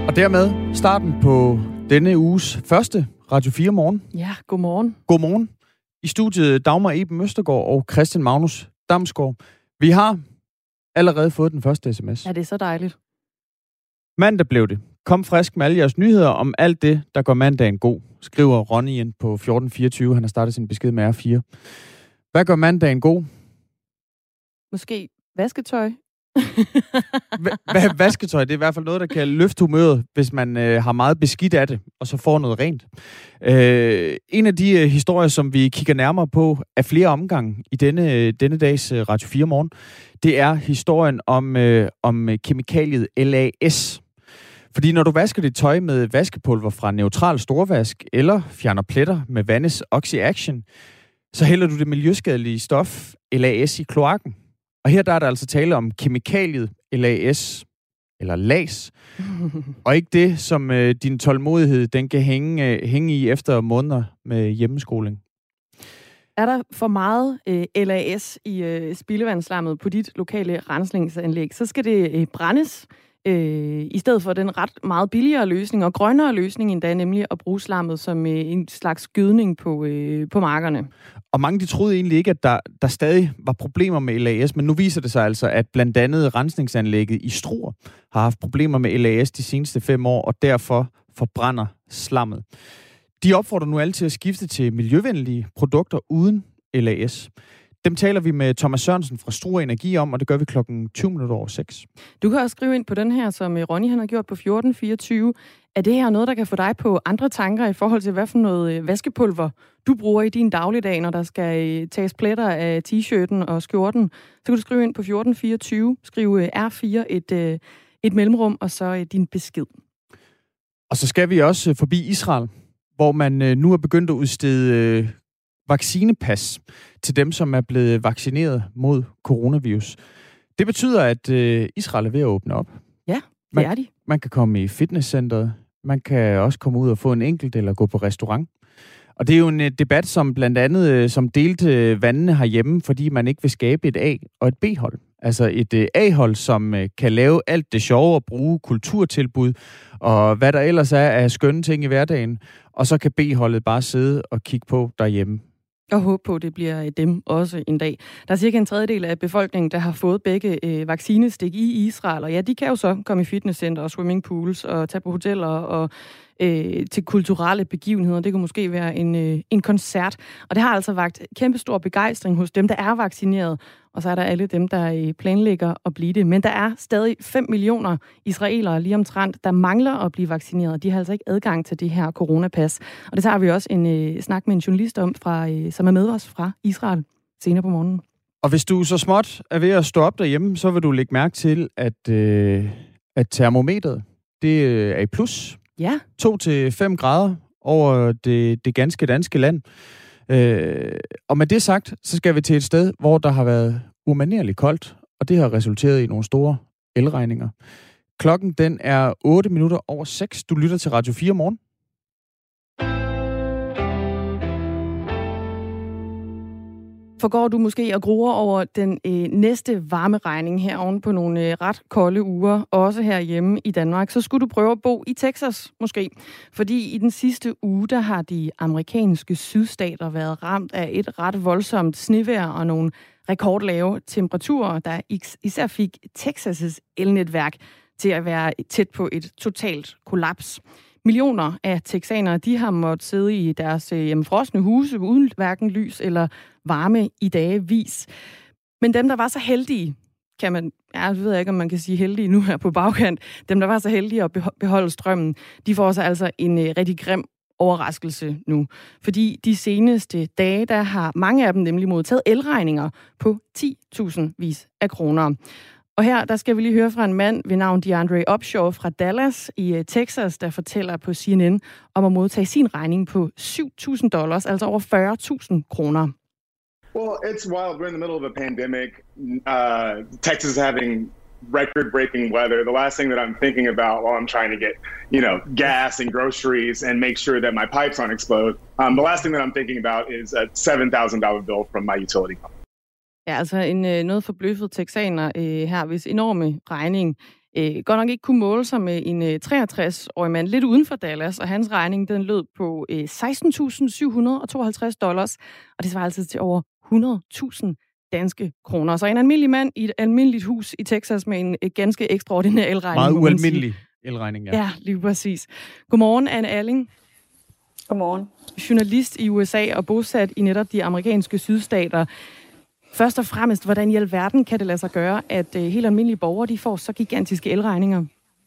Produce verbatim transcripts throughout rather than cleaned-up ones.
Og dermed starten på denne uges første Radio fire Morgen. Ja, godmorgen. Godmorgen. I studiet Dagmar Eben Østergaard og Christian Magnus Damsgaard. Vi har allerede fået den første sms. Ja, det er så dejligt. Mandag blev det. Kom frisk med alle jeres nyheder om alt det, der går mandagen god, skriver Ronny ind på fjorten fireogtyve. Han har startet sin besked med R fire. Hvad gør mandagen god? Måske vasketøj. H- vasketøj, det er i hvert fald noget, der kan løfte humøret, hvis man øh, har meget beskidt af det, og så får noget rent. Øh, en af de øh, historier, som vi kigger nærmere på af flere omgange i denne, øh, denne dags øh, Radio fire Morgen, det er historien om, øh, om kemikaliet L A S. Fordi når du vasker dit tøj med vaskepulver fra Neutral Storvask, eller fjerner pletter med Vannes Oxy Action, så hælder du det miljøskadelige stof L A S i kloakken. Og her der er der altså tale om kemikaliet L A S, eller L A S, og ikke det, som øh, din tålmodighed den kan hænge, øh, hænge i efter måneder med hjemmeskoling. Er der for meget øh, L A S i øh, spildevandsslammet på dit lokale rensningsanlæg, så skal det øh, brændes, øh, i stedet for den ret meget billigere løsning og grønnere løsning endda, nemlig at bruge slammet som øh, en slags gødning på, øh, på markerne. Og mange de troede egentlig ikke, at der, der stadig var problemer med L A S, men nu viser det sig altså, at blandt andet rensningsanlægget i Struer har haft problemer med L A S de seneste fem år, og derfor forbrænder slammet. De opfordrer nu alle til at skifte til miljøvenlige produkter uden L A S. Dem taler vi med Thomas Sørensen fra Struer Energi om, og det gør vi klokken tyve minutter over seks. Du kan også skrive ind på den her, som Ronny han har gjort på fjorten fireogtyve. Er det her noget, der kan få dig på andre tanker i forhold til, hvad for noget vaskepulver du bruger i din dagligdag, når der skal tages pletter af t-shirten og skjorten? Så kan du skrive ind på fjorten fireogtyve, skrive R fire, et, et mellemrum, og så din besked. Og så skal vi også forbi Israel, hvor man nu er begyndt at udstede vaccinepas til dem, som er blevet vaccineret mod coronavirus. Det betyder, at Israel er ved at åbne op. Ja, det man, er de. Man kan komme i fitnesscenteret. Man kan også komme ud og få en enkelt eller gå på restaurant. Og det er jo en debat, som blandt andet som delte vandene herhjemme, fordi man ikke vil skabe et A- og et B-hold. Altså et A-hold, som kan lave alt det sjove og bruge kulturtilbud og hvad der ellers er af skønne ting i hverdagen. Og så kan B-holdet bare sidde og kigge på derhjemme. Og håbe på, at det bliver dem også en dag. Der er cirka en tredjedel af befolkningen, der har fået begge øh, vaccinestik i Israel. Og ja, de kan jo så komme i fitnesscenter og swimmingpools og tage på hoteller og øh, til kulturelle begivenheder. Det kunne måske være en, øh, en koncert. Og det har altså vakt kæmpestor begejstring hos dem, der er vaccineret. Og så er der alle dem, der planlægger at blive det. Men der er stadig fem millioner israelere lige omtrent, der mangler at blive vaccineret. De har altså ikke adgang til det her coronapas. Og det tager vi også en øh, snak med en journalist om, fra, øh, som er med os fra Israel senere på morgenen. Og hvis du så småt er ved at stå op derhjemme, så vil du lægge mærke til, at, øh, at termometret det øh, er i plus. Ja. to til fem grader over det, det ganske danske land. Øh, og med det sagt, så skal vi til et sted, hvor der har været umanerligt koldt, og det har resulteret i nogle store elregninger. Klokken den er otte minutter over seks. Du lytter til Radio fire Morgen. Forgår du måske og gruer over den øh, næste varmeregning her oven på nogle øh, ret kolde uger, også herhjemme i Danmark, så skulle du prøve at bo i Texas måske. Fordi i den sidste uge, der har de amerikanske sydstater været ramt af et ret voldsomt snevejr og nogle rekordlave temperaturer, der især fik Texas' elnetværk til at være tæt på et totalt kollaps. Millioner af texanere, de har måttet sidde i deres øh, frosne huse uden hverken lys eller varme i dagevis. Men dem, der var så heldige, kan man, jeg ved ikke, om man kan sige heldige nu her på bagkant, dem, der var så heldige at beholde strømmen, de får så altså en øh, rigtig grim overraskelse nu. Fordi de seneste dage, der har mange af dem nemlig modtaget elregninger på ti tusind vis af kroner. Og her, der skal vi lige høre fra en mand ved navn DeAndre Upshaw fra Dallas i Texas, der fortæller på C N N om at modtage sin regning på syv tusind dollars, altså over fyrre tusind kroner. Well, it's wild. We're in the middle of a pandemic. Uh, Texas is having record-breaking weather. The last thing that I'm thinking about while I'm trying to get, you know, gas and groceries and make sure that my pipes aren't explode, um, the last thing that I'm thinking about is a seven thousand dollars bill from my utility company. Ja, altså en noget forbløffet texaner øh, her, hvis enorme regning øh, godt nok ikke kunne måle sig med en øh, treogtres-årig mand lidt uden for Dallas, og hans regning den lød på øh, seksten tusind syv hundrede og tooghalvtreds dollars, og det svarer altså til over hundrede tusind danske kroner. Så en almindelig mand i et almindeligt hus i Texas med en øh, ganske ekstraordinær elregning. Meget ualmindelig elregning, ja. Ja, lige præcis. Godmorgen, Anne Alling. Godmorgen. Journalist i U S A og bosat i netop de amerikanske sydstater. Først og fremmest, hvordan i alverden kan det lade sig gøre, at uh, helt almindelige borgere de får så gigantiske elregninger?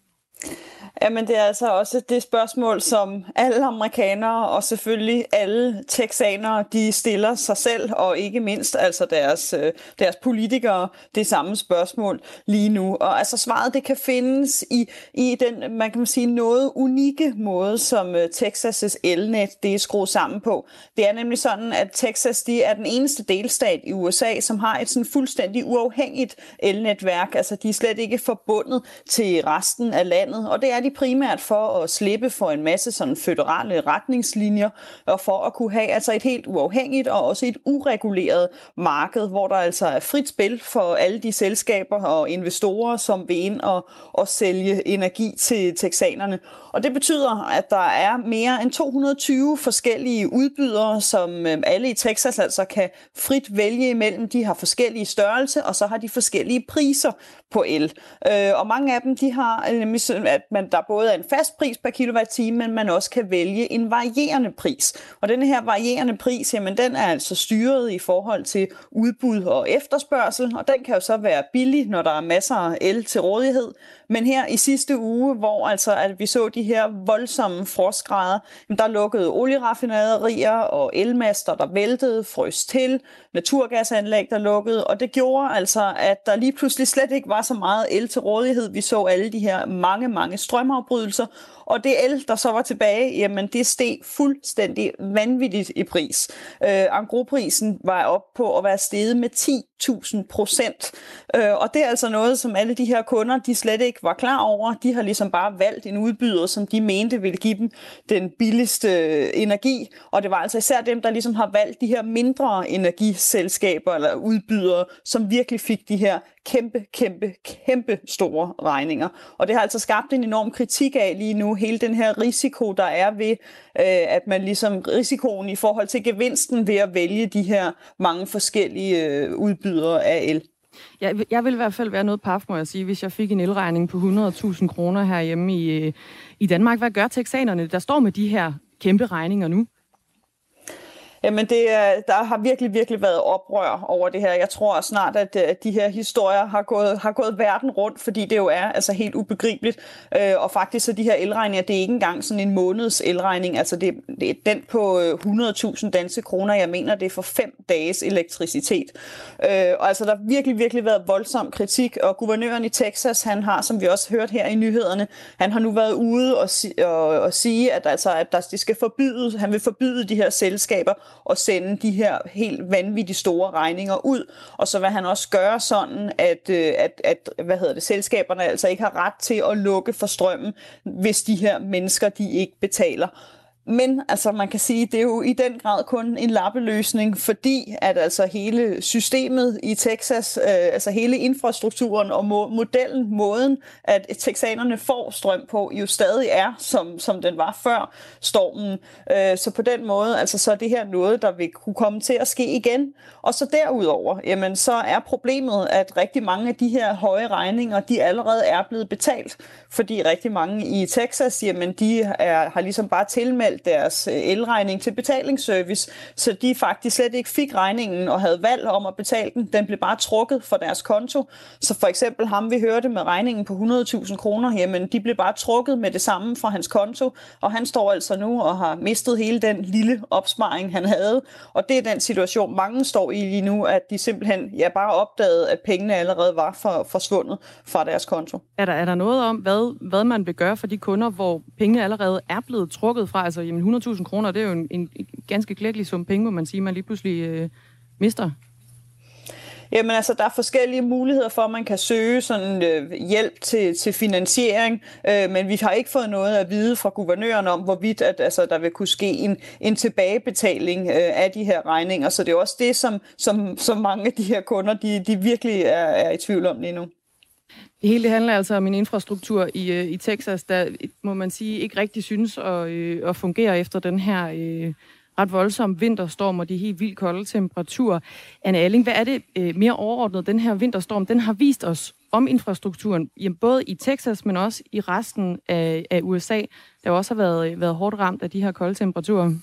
Jamen det er altså også det spørgsmål, som alle amerikanere og selvfølgelig alle texanere, de stiller sig selv, og ikke mindst altså deres, deres politikere, det samme spørgsmål lige nu. Og altså svaret, det kan findes i, i den, man kan sige, noget unikke måde, som Texas' elnet, det er skruet sammen på. Det er nemlig sådan, at Texas, de er den eneste delstat i U S A, som har et sådan fuldstændig uafhængigt elnetværk. Altså de er slet ikke forbundet til resten af landet, og det er de primært for at slippe for en masse sådan føderale retningslinjer, og for at kunne have altså et helt uafhængigt og også et ureguleret marked, hvor der altså er frit spil for alle de selskaber og investorer, som vil ind og, og sælge energi til texanerne. Og det betyder, at der er mere end to hundrede og tyve forskellige udbydere, som alle i Texas altså kan frit vælge imellem. De har forskellige størrelse, og så har de forskellige priser på el. Og mange af dem, de har nemlig, at man, der både er en fast pris per kilowatt-time, men man også kan vælge en varierende pris. Og denne her varierende pris, jamen den er altså styret i forhold til udbud og efterspørgsel, og den kan jo så være billig, når der er masser af el til rådighed. Men her i sidste uge, hvor altså at vi så de her voldsomme frostgrader, der lukkede olieraffinaderier og elmaster, der væltede, frøs til, naturgasanlæg, der lukkede, og det gjorde altså, at der lige pludselig slet ikke var så meget el til rådighed. Vi så alle de her mange, mange strømafbrydelser, og det el, der så var tilbage, jamen det steg fuldstændig vanvittigt i pris. Øh, engrosprisen var op på at være steget med ti tusind procent. Øh, og det er altså noget, som alle de her kunder, de slet ikke var klar over. De har ligesom bare valgt en udbyder, som de mente ville give dem den billigste energi. Og det var altså især dem, der ligesom har valgt de her mindre energiselskaber eller udbydere, som virkelig fik de her kæmpe, kæmpe, kæmpe store regninger. Og det har altså skabt en enorm kritik af lige nu, hele den her risiko, der er ved, øh, at man ligesom risikoen i forhold til gevinsten ved at vælge de her mange forskellige øh, udbydere af el. Jeg, jeg vil i hvert fald være noget paf, må jeg sige, hvis jeg fik en elregning på hundrede tusind kroner herhjemme i, i Danmark. Hvad gør texanerne, der står med de her kæmpe regninger nu? Jamen, det, der har virkelig, virkelig været oprør over det her. Jeg tror snart, at, at de her historier har gået, har gået verden rundt, fordi det jo er altså helt ubegribeligt. Øh, og faktisk så de her elregninger, det er ikke engang sådan en måneds elregning. Altså det, det er den på hundrede tusind danske kroner. Jeg mener, det er for fem dages elektricitet. Øh, og altså der har virkelig, virkelig været voldsom kritik. Og guvernøren i Texas, han har, som vi også hørt her i nyhederne, han har nu været ude og, og, og sige, at, altså, at der, de skal forbyde, han vil forbyde de her selskaber og sende de her helt vanvittigt store regninger ud. Og så vil han også gøre sådan, at, at, at hvad hedder det, selskaberne altså ikke har ret til at lukke for strømmen, hvis de her mennesker de ikke betaler. Men altså man kan sige, det er jo i den grad kun en lappeløsning, fordi at altså hele systemet i Texas, øh, altså hele infrastrukturen og mo- modellen, måden at texanerne får strøm på, jo stadig er, som, som den var før stormen. Øh, så på den måde, altså så er det her noget, der vil kunne komme til at ske igen. Og så derudover, jamen så er problemet, at rigtig mange af de her høje regninger, de allerede er blevet betalt, fordi rigtig mange i Texas, jamen de er, har ligesom bare tilmeldt deres elregning til betalingsservice, så de faktisk slet ikke fik regningen og havde valg om at betale den. Den blev bare trukket fra deres konto. Så for eksempel ham, vi hørte med regningen på hundrede tusind kroner, jamen de blev bare trukket med det samme fra hans konto, og han står altså nu og har mistet hele den lille opsparing, han havde. Og det er den situation, mange står i lige nu, at de simpelthen ja, bare opdagede, at pengene allerede var for, forsvundet fra deres konto. Er der, er der noget om, hvad, hvad man vil gøre for de kunder, hvor pengene allerede er blevet trukket fra? Altså, jamen hundrede tusind kroner, det er jo en, en ganske klækkelig sum penge, må man sige, man lige pludselig øh, mister. Jamen altså, der er forskellige muligheder for, at man kan søge sådan øh, hjælp til, til finansiering, øh, men vi har ikke fået noget at vide fra guvernøren om, hvorvidt at, altså, der vil kunne ske en, en tilbagebetaling øh, af de her regninger. Så det er også det, som, som, som mange af de her kunder, de, de virkelig er, er i tvivl om lige nu. Det hele det handler altså om en infrastruktur i, i Texas, der, må man sige, ikke rigtig synes at, øh, at fungere efter den her øh, ret voldsomme vinterstorm og de helt vildt kolde temperaturer. Anne Alling, hvad er det øh, mere overordnet, den her vinterstorm, den har vist os om infrastrukturen, jamen, både i Texas, men også i resten af, af U S A, der også har været, været hårdt ramt af de her kolde temperaturer?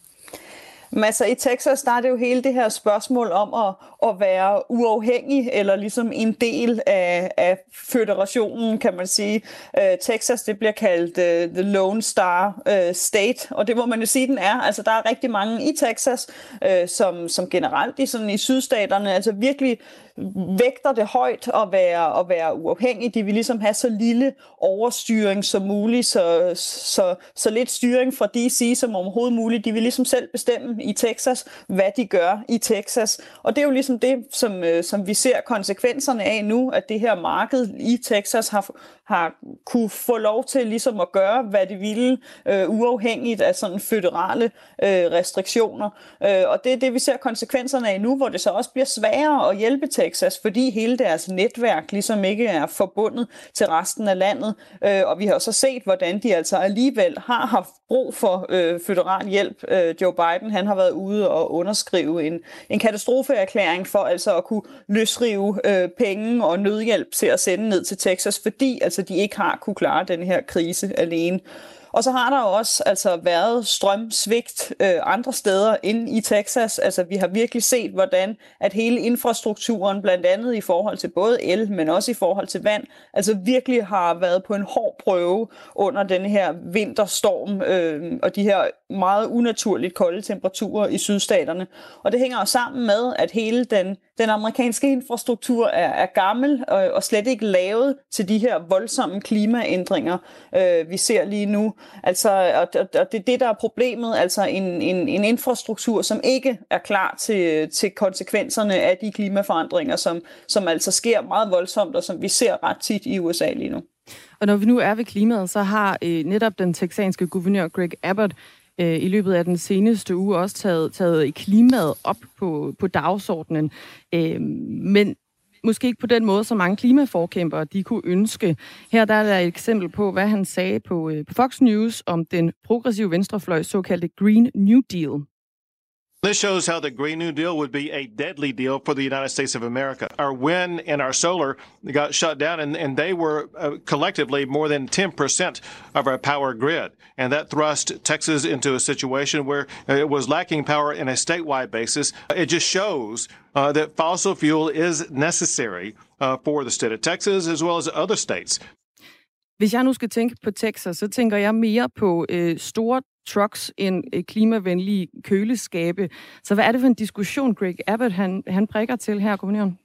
Men altså i Texas, der er det jo hele det her spørgsmål om at, at være uafhængig, eller ligesom en del af, af føderationen, kan man sige. Uh, Texas, det bliver kaldt uh, the Lone Star uh, State, og det må man jo sige, den er. Altså der er rigtig mange i Texas, uh, som, som generelt i, sådan, i sydstaterne, altså virkelig vægter det højt at være, at være uafhængig. De vil ligesom have så lille overstyring som muligt, så, så, så lidt styring fra D C som overhovedet muligt. De vil ligesom selv bestemme i Texas, hvad de gør i Texas. Og det er jo ligesom det, som, som vi ser konsekvenserne af nu, at det her marked i Texas har, har kunne få lov til ligesom at gøre, hvad de ville, øh, uafhængigt af sådan føderale øh, restriktioner. Øh, og det er det, vi ser konsekvenserne af nu, hvor det så også bliver sværere at hjælpe Texas, fordi hele deres netværk ligesom ikke er forbundet til resten af landet. Øh, og vi har så set, hvordan de altså alligevel har haft brug for øh, føderal hjælp. Øh, Joe Biden, han har været ude og underskrive en, en katastrofeerklæring for altså at kunne løsrive øh, penge og nødhjælp til at sende ned til Texas, fordi altså de ikke har kunne klare den her krise alene. Og så har der jo også altså været strømsvigt øh, andre steder inde i Texas. Altså vi har virkelig set, hvordan at hele infrastrukturen, blandt andet i forhold til både el, men også i forhold til vand, altså virkelig har været på en hård prøve under den her vinterstorm øh, og de her meget unaturligt kolde temperaturer i sydstaterne. Og det hænger jo sammen med, at hele den, den amerikanske infrastruktur er, er gammel og, og slet ikke lavet til de her voldsomme klimaændringer, øh, vi ser lige nu. Altså, og, og det er det, der er problemet, altså en, en, en infrastruktur, som ikke er klar til, til konsekvenserne af de klimaforandringer, som, som altså sker meget voldsomt, og som vi ser ret tit i U S A lige nu. Og når vi nu er ved klimaet, så har øh, netop den texanske guvernør Greg Abbott øh, i løbet af den seneste uge også taget, taget klimaet op på, på dagsordenen. Øh, men måske ikke på den måde, som mange klimaforkæmpere de kunne ønske. Her der er der et eksempel på, hvad han sagde på, på Fox News om den progressive venstrefløjs såkaldte Green New Deal. This shows how the Green New Deal would be a deadly deal for the United States of America. Our wind and our solar got shut down, and, and they were uh, collectively more than ten percent of our power grid. And that thrust Texas into a situation where it was lacking power in a statewide basis. It just shows uh, that fossil fuel is necessary uh, for the state of Texas as well as other states. Hvis jeg nu skal tænke på Texas, så tænker jeg mere på øh, store trucks end øh, klimavenlige køleskabe. Så hvad er det for en diskussion, Greg Abbott han, han prikker til her, guvernøren?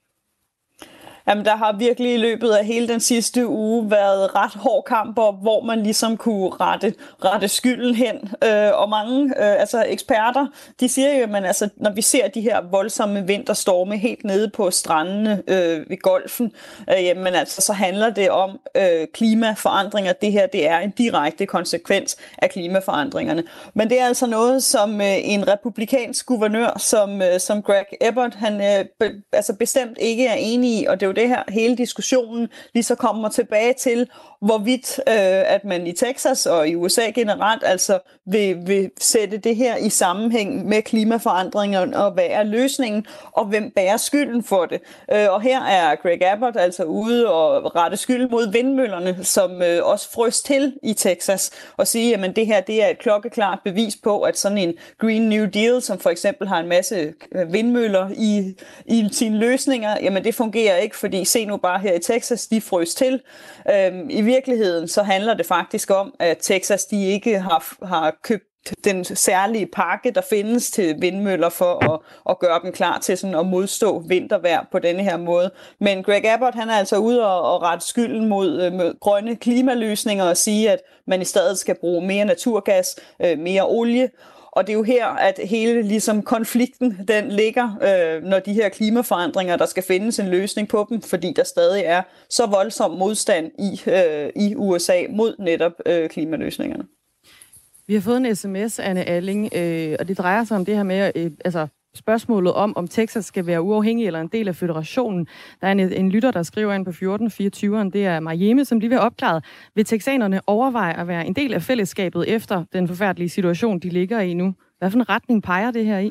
Jamen, der har virkelig i løbet af hele den sidste uge været ret hård kamper, hvor man ligesom kunne rette, rette skylden hen. Øh, og mange øh, altså eksperter, de siger jo, at altså, når vi ser de her voldsomme vinterstorme helt nede på strandene øh, ved Golfen, øh, jamen, altså, så handler det om øh, klimaforandringer. Det her det er en direkte konsekvens af klimaforandringerne. Men det er altså noget, som øh, en republikansk guvernør, som, øh, som Greg Abbott, han øh, be, altså bestemt ikke er enig i, og det er jo det her hele diskussionen lige så kommer tilbage til, hvorvidt øh, at man i Texas og i U S A generelt altså vil, vil sætte det her i sammenhæng med klimaforandringer, og hvad er løsningen, og hvem bærer skylden for det. Øh, og her er Greg Abbott altså ude og rette skyld mod vindmøllerne, som øh, også frøs til i Texas, og sige, at det her det er et klokkeklart bevis på, at sådan en Green New Deal, som for eksempel har en masse vindmøller i, i sine løsninger, jamen det fungerer ikke, fordi se nu bare her i Texas, de frøs til. Øhm, I virkeligheden så handler det faktisk om, at Texas de ikke har, har købt den særlige pakke, der findes til vindmøller for at, at gøre dem klar til sådan at modstå vintervejr på denne her måde. Men Greg Abbott han er altså ude og, og rette skylden mod, mod grønne klimaløsninger og sige, at man i stedet skal bruge mere naturgas, øh, mere olie. Og det er jo her, at hele ligesom konflikten den ligger, øh, når de her klimaforandringer, der skal findes en løsning på dem, fordi der stadig er så voldsom modstand i, øh, i U S A mod netop øh, klimaløsningerne. Vi har fået en sms, Anne Alling, øh, og det drejer sig om det her med, øh, altså spørgsmålet om, om Texas skal være uafhængig eller en del af føderationen. Der er en, en lytter, der skriver ind på fjorten fireogtyve, det er Mariemme, som lige vil have opklaret. Vil texanerne overveje at være en del af fællesskabet efter den forfærdelige situation, de ligger i nu? Hvad for en retning peger det her i?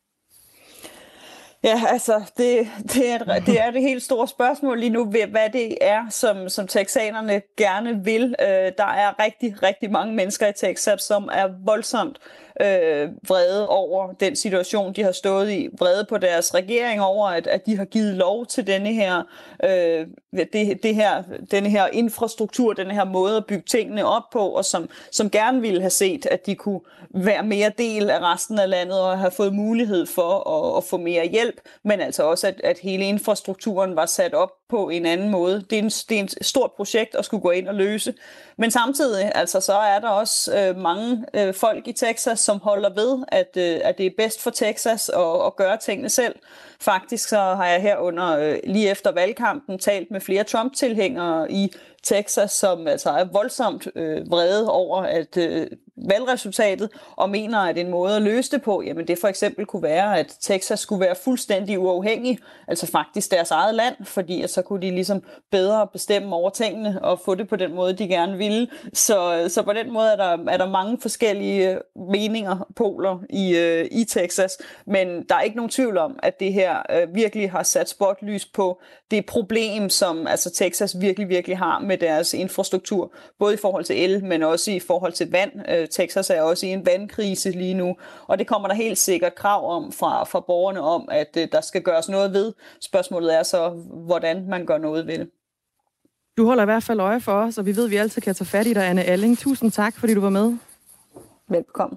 Ja, altså, det, det, er, det er det helt store spørgsmål lige nu, hvad det er, som, som texanerne gerne vil. Øh, der er rigtig, rigtig mange mennesker i Texas, som er voldsomt øh, vrede over den situation, de har stået i. Vrede på deres regering over, at, at de har givet lov til denne her, øh, det, det her, denne her infrastruktur, denne her måde at bygge tingene op på, og som, som gerne ville have set, at de kunne være mere del af resten af landet og have fået mulighed for at, at få mere hjælp, men altså også, at, at hele infrastrukturen var sat op på en anden måde. Det er, en, det er et stort projekt at skulle gå ind og løse. Men samtidig, altså, så er der også øh, mange øh, folk i Texas, som holder ved, at, øh, at det er bedst for Texas at, at gøre tingene selv. Faktisk så har jeg her under øh, lige efter valgkampen talt med flere Trump-tilhængere i Texas, som altså er voldsomt øh, vrede over at øh, valgresultatet, og mener, at en måde at løse det på, jamen det for eksempel kunne være, at Texas skulle være fuldstændig uafhængig, altså faktisk deres eget land, fordi så kunne de ligesom bedre bestemme over tingene og få det på den måde, de gerne ville. Så, så på den måde er der, er der mange forskellige meninger, poler i, øh, i Texas, men der er ikke nogen tvivl om, at det her øh, virkelig har sat spotlys på det problem, som altså Texas virkelig, virkelig har med deres infrastruktur, både i forhold til el, men også i forhold til vand. Øh, Texas er også i en vandkrise lige nu, og det kommer der helt sikkert krav om fra, fra borgerne om, at øh, der skal gøres noget ved. Spørgsmålet er så, hvordan man gør noget ved det. Du holder i hvert fald øje for os, og vi ved, at vi altid kan tage fat i dig, Anne Alling. Tusind tak, fordi du var med. Velkommen.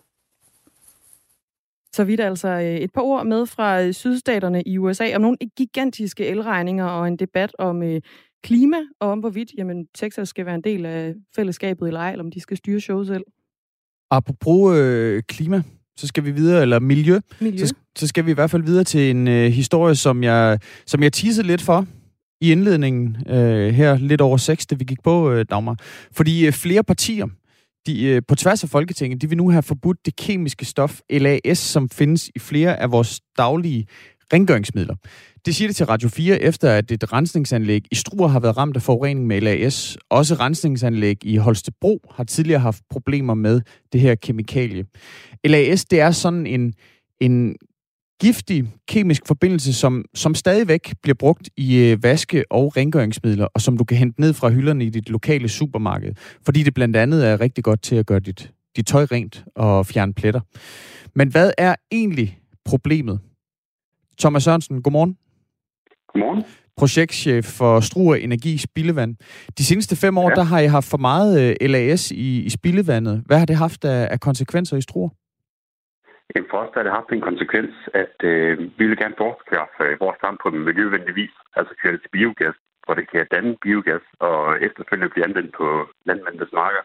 Så vidt altså et par ord med fra sydstaterne i U S A om nogle gigantiske elregninger og en debat om øh, klima, og om hvorvidt jamen, Texas skal være en del af fællesskabet eller ej, eller om de skal styre showet selv. Apropos øh, klima, så skal vi videre, eller miljø, miljø. Så, så skal vi i hvert fald videre til en øh, historie, som jeg, som jeg teasede lidt for i indledningen øh, her lidt over seks, da vi gik på, øh, Dagmar. Fordi øh, flere partier, de, øh, på tværs af Folketinget, de vil nu have forbudt det kemiske stof L A S, som findes i flere af vores daglige rengøringsmidler. Det siger det til Radio fire, efter at et rensningsanlæg i Struer har været ramt af forurening med L A S. Også rensningsanlæg i Holstebro har tidligere haft problemer med det her kemikalie. L A S, det er sådan en, en giftig kemisk forbindelse, som, som stadigvæk bliver brugt i øh, vaske- og rengøringsmidler, og som du kan hente ned fra hylderne i dit lokale supermarked, fordi det blandt andet er rigtig godt til at gøre dit, dit tøj rent og fjerne pletter. Men hvad er egentlig problemet? Thomas Sørensen, godmorgen. Godmorgen. Projektchef for Struer Energi Spildevand. De seneste fem år, ja. der har I haft for meget L A S i, i spildevandet. Hvad har det haft af, af konsekvenser i Struer? Jamen for os har det haft en konsekvens, at øh, vi vil gerne bortskaffe vores strand på en miljøvenlig vis, altså køre det til biogas, hvor det kan danne biogas og efterfølgende blive anvendt på landmændenes marker.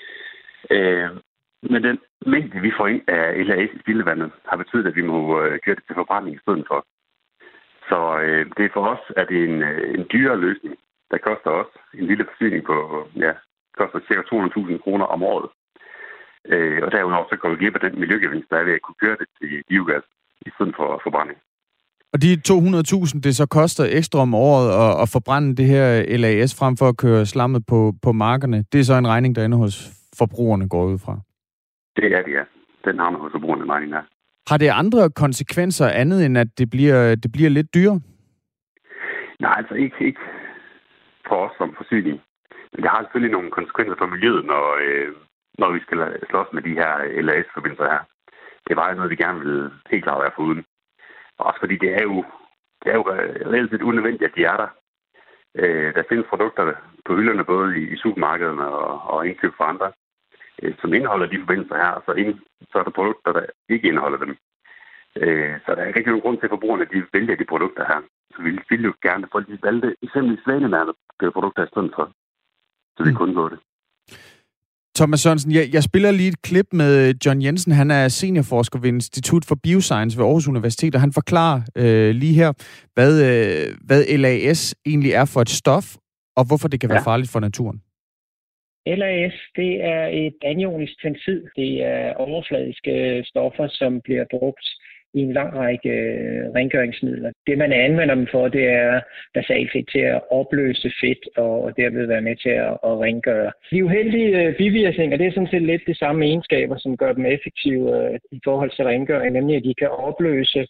Øh, men den mængde, vi får ind af L A S i spildevandet, har betydet, at vi må øh, køre det til forbrænding i stedet for. Så øh, det er for os, at det er en, en dyrere løsning, der koster os en lille forsyning på, ja, koster ca. to hundrede tusind kroner om året. Øh, og derudover så går vi glip af den miljøgevinst, der er ved at kunne køre det til biogas i stedet for forbrænding. Og de to hundrede tusind, det så koster ekstra om året at, at forbrænde det her L A S frem for at køre slammet på, på markerne, det er så en regning, der ender hos forbrugerne går ud fra? Det er det, ja. Den har man hos forbrugerne en regning, ja. Har det andre konsekvenser andet, end at det bliver, det bliver lidt dyrere? Nej, altså ikke, ikke for os som forsyning. Men det har selvfølgelig nogle konsekvenser for miljøet, når, øh, når vi skal slås med de her L A S-forbindelser her. Det var jo noget, vi gerne ville helt klart være foruden. Også fordi det er jo, det er jo reelt set unødvendigt, at de er der. Øh, der findes produkter på hylderne, både i, i supermarkederne og, og indkøb for andre, øh, som indeholder de forbindelser her, og så, ind, så er der produkter, der ikke indeholder dem. Øh, så der er ikke nogen grund til, at forbrugerne de vælger de produkter her. Så vi vil jo gerne, at folk de valgte eksempelvis svanemærkede produkter i stedet for, så vi mm. kunne gå det. Thomas Sørensen, jeg, jeg spiller lige et klip med John Jensen. Han er seniorforsker ved Institut for Bioscience ved Aarhus Universitet, og han forklarer øh, lige her, hvad, øh, hvad L A S egentlig er for et stof, og hvorfor det kan ja. være farligt for naturen. L A S, det er et anionisk tensid. Det er overfladiske stoffer, som bliver brugt i en lang række øh, rengøringsmidler. Det, man anvender dem for, det er basalt set til at opløse fedt og, og derved være med til at, at rengøre. De uheldige øh, bivirkninger, det er sådan set lidt de samme egenskaber, som gør dem effektive øh, i forhold til rengøring, nemlig at de kan opløse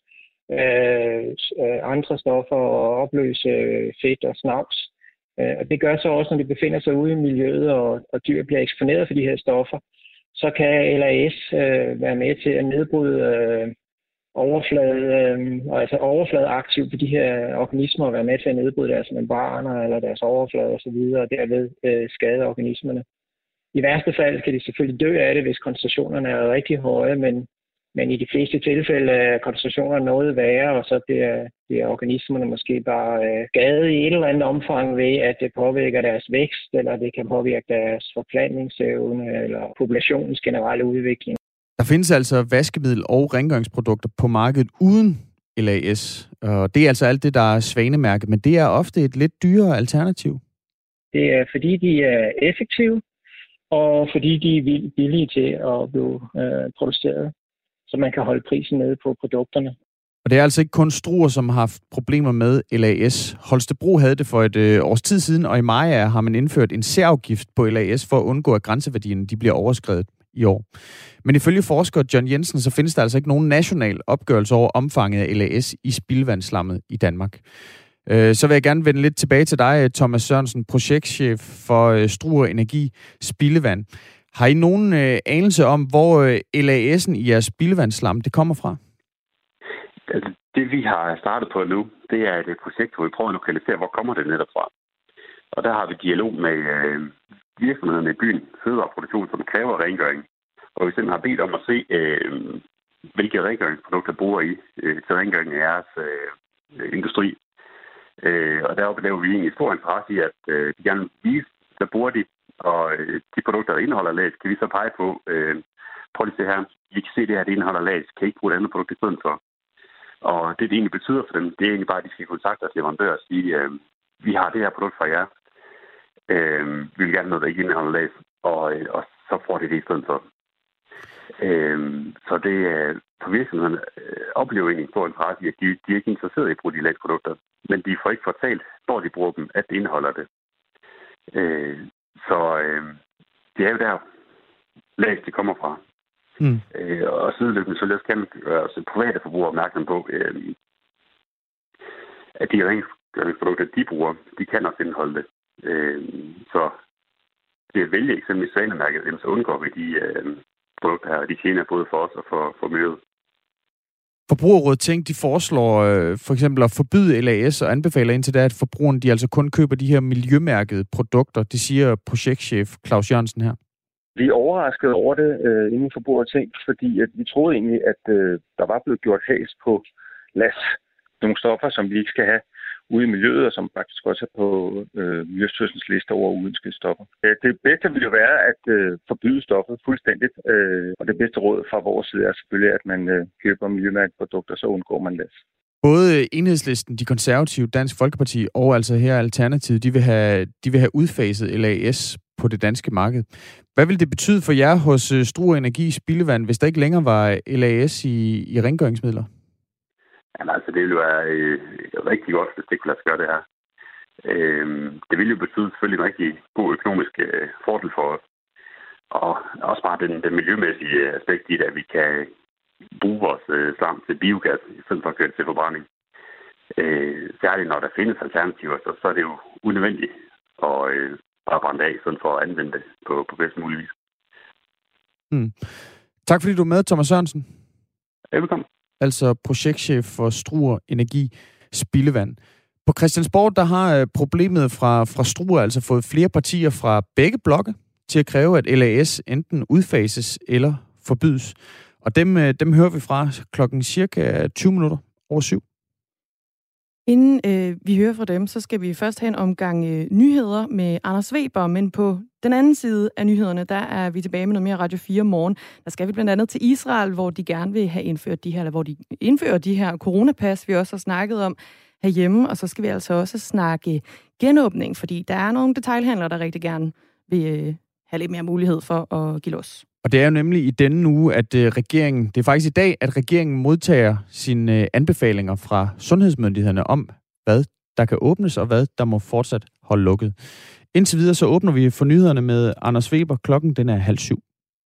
øh, andre stoffer og opløse fedt og snavs. Øh, og det gør så også, når de befinder sig ude i miljøet, og, og dyr bliver eksponeret for de her stoffer, så kan L A S øh, være med til at nedbryde øh, overflade, øh, altså overfladeaktivt på de her organismer og være med til at nedbryde deres membraner eller deres overflade osv. og derved øh, skade organismerne. I værste fald kan de selvfølgelig dø af det, hvis koncentrationerne er rigtig høje, men, men i de fleste tilfælde er koncentrationerne noget værre, og så bliver, bliver organismerne måske bare øh, skadet i et eller andet omfang ved, at det påvirker deres vækst, eller det kan påvirke deres forplantningsevne eller populationens generelle udvikling. Der findes altså vaskemiddel og rengøringsprodukter på markedet uden L A S, og det er altså alt det, der er svanemærket, men det er ofte et lidt dyrere alternativ. Det er fordi, de er effektive, og fordi de er billige til at blive øh, produceret, så man kan holde prisen nede på produkterne. Og det er altså ikke kun Struer, som har haft problemer med L A S. Holstebro havde det for et øh, års tid siden, og i Maja har man indført en særafgift på L A S for at undgå, at grænseværdierne de bliver overskredet i år. Men ifølge forsker John Jensen, så findes der altså ikke nogen national opgørelse over omfanget af L A S i spildevandsslammet i Danmark. Øh, så vil jeg gerne vende lidt tilbage til dig, Thomas Sørensen, projektchef for øh, Struer Energi Spildevand. Har I nogen øh, anelse om, hvor øh, L A S'en i jeres spildevandsslam det kommer fra? Altså, det vi har startet på nu, det er et projekt, hvor vi prøver at lokalisere, hvor kommer det netop fra. Og der har vi dialog med øh, virksomhederne i byen, fødevareproduktion, som kræver rengøring. Og vi simpelthen har bedt om at se, øh, hvilke rengøringsprodukter bruger I øh, til rengøring af jeres øh, industri. Øh, og der oplever vi egentlig stor interesse i, at øh, de gerne vil vise, hvad bruger de, og øh, de produkter, der indeholder lads, kan vi så pege på. Øh, prøv lige at se her. Vi kan se det her, det indeholder lads. Kan I ikke bruge et andet produkt i stedet for? Og det, det egentlig betyder for dem, det er egentlig bare, at de skal kontakte os leverandører og sige, øh, vi har det her produkt fra jer. Øh, vi vil gerne noget, der ikke indeholder lads, og, øh, og så får de det i stedet for. Øh, så det er på virksomhederne øh, oplever egentlig en stor interesse i, at de, de er ikke interesserede i at bruge de lasprodukter, men de får ikke fortalt, når de bruger dem, at det indeholder det. Øh, så øh, det er jo der, las de kommer fra. Mm. Øh, og sideløbende så lad os kan gøre os private forbrugere opmærksom på, øh, at de rengøringsprodukter, de bruger, de kan også indeholde det. Øh, så det er vælge eksempelvis svanemærket, så undgår vi de øh, produkter her, og de tjener både for os og for, for miljøet. Forbrugerrådet Tænk, de foreslår øh, for eksempel at forbyde L A S og anbefaler indtil da, at forbrugerne de altså kun køber de her miljømærkede produkter. Det siger projektchef Claus Jørgensen her. Vi er overrasket over det øh, inden for Forbrugerrådet Tænk, fordi at vi troede egentlig, at øh, der var blevet gjort has på las. Nogle stoffer, som vi ikke skal have ude i miljøet, og som faktisk også er på øh, Miljøstyrelsens liste over uønskede stoffer. Det bedste vil jo være at øh, forbyde stoffet fuldstændigt, øh, og det bedste råd fra vores side er selvfølgelig, at man øh, køber miljømærkede produkter, så undgår man las. Både Enhedslisten, De Konservative, Dansk Folkeparti og altså her Alternativet, de vil have, de vil have udfaset L A S på det danske marked. Hvad vil det betyde for jer hos Struer Energi Spildevand, hvis der ikke længere var L A S i, i rengøringsmidler? Jamen, altså, det ville jo være øh, rigtig godt, hvis det kunne lade sig gøre det her. Øh, det ville jo betyde selvfølgelig en rigtig god økonomisk øh, fordel for os. Og også bare den, den miljømæssige aspekt i det, at vi kan bruge vores øh, slam til biogas, i stedet for at køre til forbrænding. Øh, særligt når der findes alternativer, så, så er det jo unødvendigt at øh, bare brænde af, sådan for at anvende det på, på bedst mulig vis. Hmm. Tak fordi du er med, Thomas Sørensen. Velkommen. Altså projektchef for Struer Energi Spildevand. På Christiansborg, der har problemet fra, fra Struer altså fået flere partier fra begge blokke til at kræve, at L A S enten udfases eller forbydes. Og dem, dem hører vi fra klokken cirka tyve minutter over syv. Inden øh, vi hører fra dem, så skal vi først have en omgang øh, nyheder med Anders Weber, men på den anden side af nyhederne, der er vi tilbage med noget mere Radio fire morgen. Der skal vi blandt andet til Israel, hvor de gerne vil have indført de her, eller hvor de indfører de her coronapas, vi også har snakket om herhjemme, og så skal vi altså også snakke genåbning, fordi der er nogle detailhandlere, der rigtig gerne vil øh, have lidt mere mulighed for at give los. Og det er jo nemlig i denne uge, at øh, regeringen, det er faktisk i dag, at regeringen modtager sine øh, anbefalinger fra sundhedsmyndighederne om, hvad der kan åbnes, og hvad der må fortsat holde lukket. Indtil videre så åbner vi for nyhederne med Anders Weber. Klokken den er halv syv.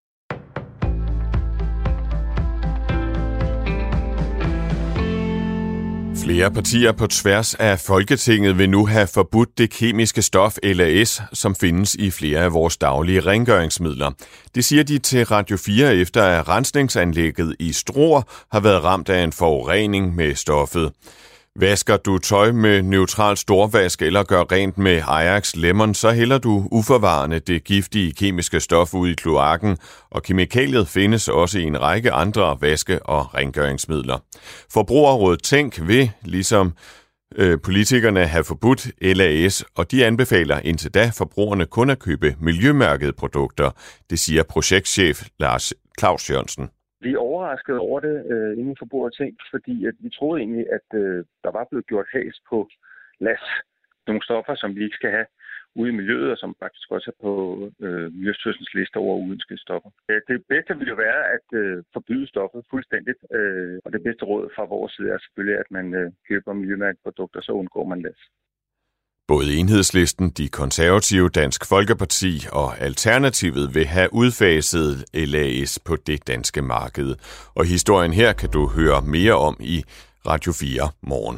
Flere partier på tværs af Folketinget vil nu have forbudt det kemiske stof L A S, som findes i flere af vores daglige rengøringsmidler. Det siger de til Radio fire, efter at rensningsanlægget i Struer har været ramt af en forurening med stoffet. Vasker du tøj med neutral storvask eller gør rent med Ajax Lemon, så hælder du uforvarende det giftige kemiske stof ud i kloakken, og kemikaliet findes også i en række andre vaske- og rengøringsmidler. Forbrugerrådet Tænk vil, ligesom øh, politikerne, have forbudt L A S, og de anbefaler indtil da forbrugerne kun at købe miljømærkede produkter. Det siger projektchef Lars Claus Jørgensen. Vi er overrasket over det øh, inden for Forbrugerrådet Tænk, fordi at vi troede egentlig, at øh, der var blevet gjort has på last. Nogle stoffer, som vi ikke skal have ude i miljøet, og som faktisk også er på øh, Miljøstyrelsens liste over uønskede stoffer. Det bedste vil jo være at øh, forbyde stoffet fuldstændigt, øh, og det bedste råd fra vores side er selvfølgelig, at man øh, køber miljømærkede produkter, så undgår man last. Både Enhedslisten, De Konservative, Dansk Folkeparti og Alternativet vil have udfaset L A S på det danske marked. Og historien her kan du høre mere om i Radio fire morgen.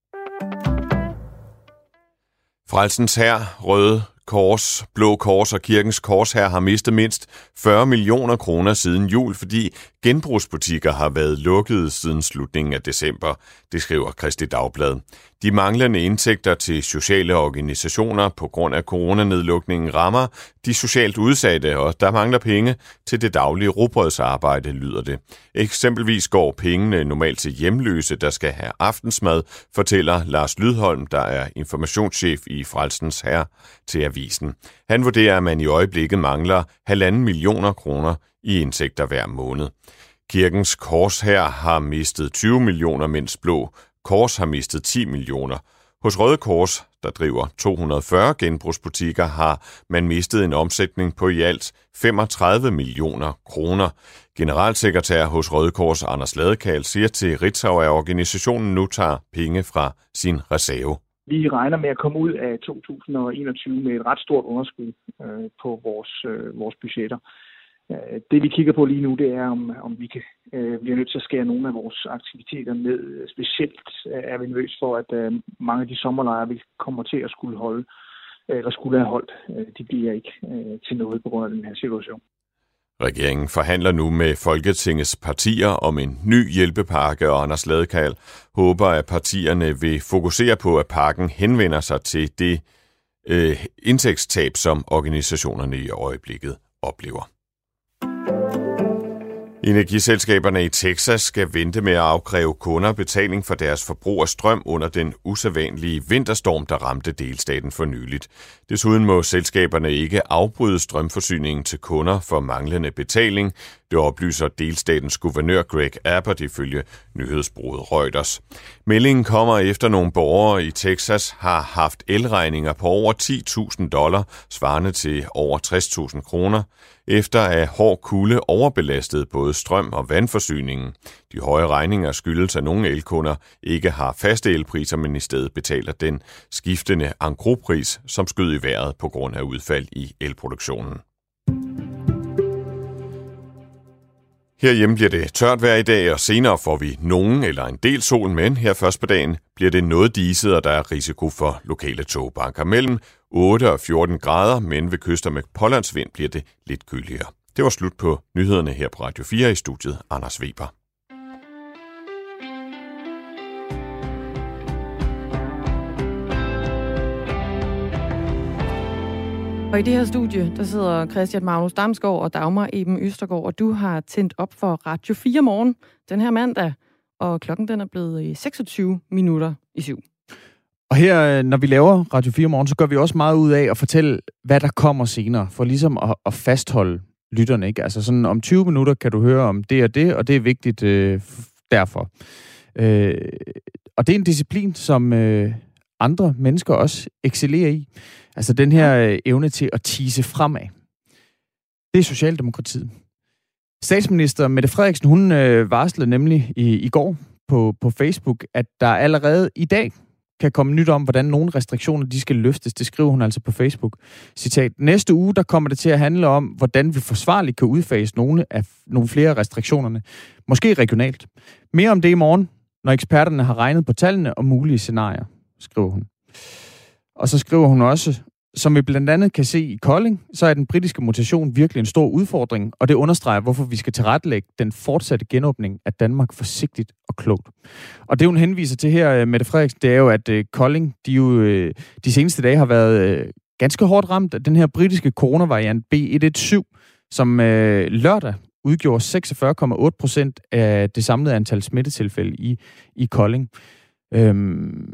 Frelsens Hær, Røde Kors, Blå Kors og Kirkens Korshær har mistet mindst fyrre millioner kroner siden jul, fordi genbrugsbutikker har været lukkede siden slutningen af december, det skriver Kristeligt Dagblad. De manglende indtægter til sociale organisationer på grund af coronanedlukningen rammer de socialt udsatte, og der mangler penge til det daglige rugbrødsarbejde, lyder det. Eksempelvis går pengene normalt til hjemløse, der skal have aftensmad, fortæller Lars Lydholm, der er informationschef i Frelsens Hær, til avisen. Han vurderer, at man i øjeblikket mangler halvanden millioner kroner i indtægter hver måned. Kirkens Korshær har mistet tyve millioner, mens Blå Kors har mistet ti millioner. Hos Røde Kors, der driver to hundrede og fyrre genbrugsbutikker, har man mistet en omsætning på i alt femogtredive millioner kroner. Generalsekretær hos Røde Kors, Anders Ladekal, siger til Ritzau, at organisationen nu tager penge fra sin reserve. Vi regner med at komme ud af to tusind og enogtyve med et ret stort underskud øh, på vores, øh, vores budgetter. Det vi kigger på lige nu, det er, om, om vi kan, øh, bliver nødt til at skære nogle af vores aktiviteter ned. Specielt er vi nervøs for, at øh, mange af de sommerlejre, vi kommer til at skulle holde, eller skulle have holdt, øh, de bliver ikke øh, til noget på grund af den her situation. Regeringen forhandler nu med Folketingets partier om en ny hjælpepakke, og Anders Ladekal håber, at partierne vil fokusere på, at pakken henvender sig til det øh, indtægtstab, som organisationerne i øjeblikket oplever. Energiselskaberne i Texas skal vente med at afkræve kunder betaling for deres forbrug af strøm under den usædvanlige vinterstorm, der ramte delstaten for nyligt. Desuden må selskaberne ikke afbryde strømforsyningen til kunder for manglende betaling. Det oplyser delstatens guvernør Greg Abbott ifølge nyhedsbureauet Reuters. Meldingen kommer efter nogle borgere i Texas har haft elregninger på over ti tusind dollar, svarende til over tres tusind kroner, efter at hård kulde overbelastede både strøm- og vandforsyningen. De høje regninger skyldes, at nogle elkunder ikke har faste elpriser, men i stedet betaler den skiftende engrospris, som skød i vejret på grund af udfald i elproduktionen. Herhjemme bliver det tørt vejr i dag, og senere får vi nogen eller en del sol, men her først på dagen bliver det noget diset, og der er risiko for lokale togbanker. Mellem otte og fjorten grader, men ved kyster med pålandsvind bliver det lidt køligere. Det var slut på nyhederne her på Radio fire, i studiet Anders Weber. Og i det her studie, der sidder Christian Magnus Damsgaard og Dagmar Eben Østergaard, og du har tændt op for Radio fire morgen den her mandag, og klokken den er blevet seksogtyve minutter i syv. Og her, når vi laver Radio fire morgen, så gør vi også meget ud af at fortælle, hvad der kommer senere, for ligesom at, at fastholde lytterne, ikke? Altså sådan om tyve minutter kan du høre om det og det, og det er vigtigt øh, derfor. Øh, og det er en disciplin, som øh, andre mennesker også excellerer i. Altså den her øh, evne til at tease fremad. Det er Socialdemokratiet. Statsminister Mette Frederiksen, hun øh, varslede nemlig i, i går på, på Facebook, at der allerede i dag kan komme nyt om, hvordan nogle restriktioner de skal løftes. Det skriver hun altså på Facebook. Citat: næste uge, der kommer det til at handle om, hvordan vi forsvarligt kan udfase nogle af nogle flere af restriktionerne. Måske regionalt. Mere om det i morgen, når eksperterne har regnet på tallene og mulige scenarier, skriver hun. Og så skriver hun også: som vi blandt andet kan se i Kolding, så er den britiske mutation virkelig en stor udfordring, og det understreger, hvorfor vi skal tilrettelægge den fortsatte genåbning af Danmark forsigtigt og klogt. Og det, hun henviser til her, Mette Frederiksen, det er jo, at Kolding, de jo de seneste dage har været ganske hårdt ramt af den her britiske coronavariant B et et syv, som lørdag udgjorde seksogfyrre komma otte procent af det samlede antal smittetilfælde i, i Kolding. Øhm,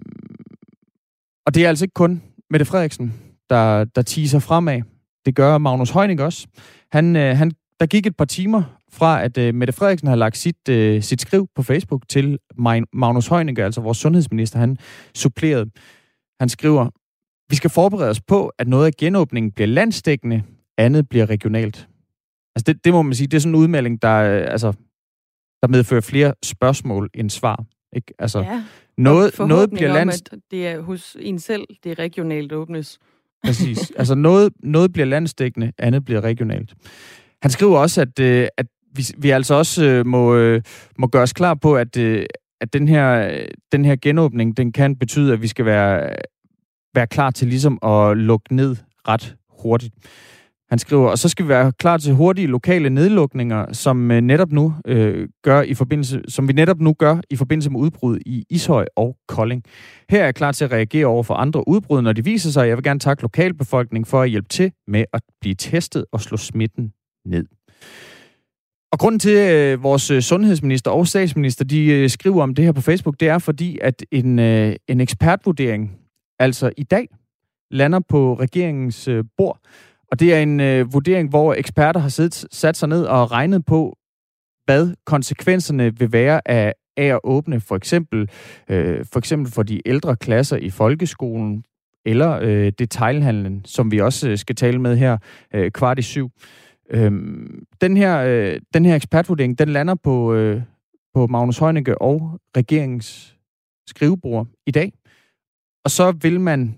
og det er altså ikke kun Mette Frederiksen, der, der teaser fremad. Det gør Magnus Heunicke også. Han, øh, han, der gik et par timer fra, at øh, Mette Frederiksen har lagt sit, øh, sit skriv på Facebook til Magnus Heunicke, altså vores sundhedsminister, han supplerede. Han skriver: vi skal forberede os på, at noget af genåbningen bliver landsdækkende, andet bliver regionalt. Altså det, det må man sige, det er sådan en udmelding, der, øh, altså, der medfører flere spørgsmål end svar. Ikke? Altså, ja, noget, noget bliver lands... om, at det er hos en selv, det er regionalt åbnes. Præcis. Altså noget, noget bliver landsdækkende, andet bliver regionalt. Han skriver også, at, øh, at vi, vi altså også øh, må, øh, må gøre os klar på, at, øh, at den, her, den her genåbning, den kan betyde, at vi skal være, være klar til ligesom at lukke ned ret hurtigt. Han skriver, og så skal vi være klar til hurtige lokale nedlukninger, som øh, netop nu øh, gør i forbindelse, som vi netop nu gør i forbindelse med udbrud i Ishøj og Kolding. Her er jeg klar til at reagere over for andre udbrud, når de viser sig. Jeg vil gerne takke lokalbefolkningen for at hjælpe til med at blive testet og slå smitten ned. Og grunden til, at øh, vores sundhedsminister og statsminister de øh, skriver om det her på Facebook, det er fordi, at en, øh, en ekspertvurdering altså i dag lander på regeringens øh, bord. Og det er en øh, vurdering, hvor eksperter har siddet, sat sig ned og regnet på, hvad konsekvenserne vil være af, af at åbne for eksempel, øh, for eksempel for de ældre klasser i folkeskolen, eller øh, detailhandlen, som vi også skal tale med her øh, kvart i syv. Øhm, den, her, øh, den her ekspertvurdering, den lander på, øh, på Magnus Heunicke og regeringens skrivebord i dag. Og så vil man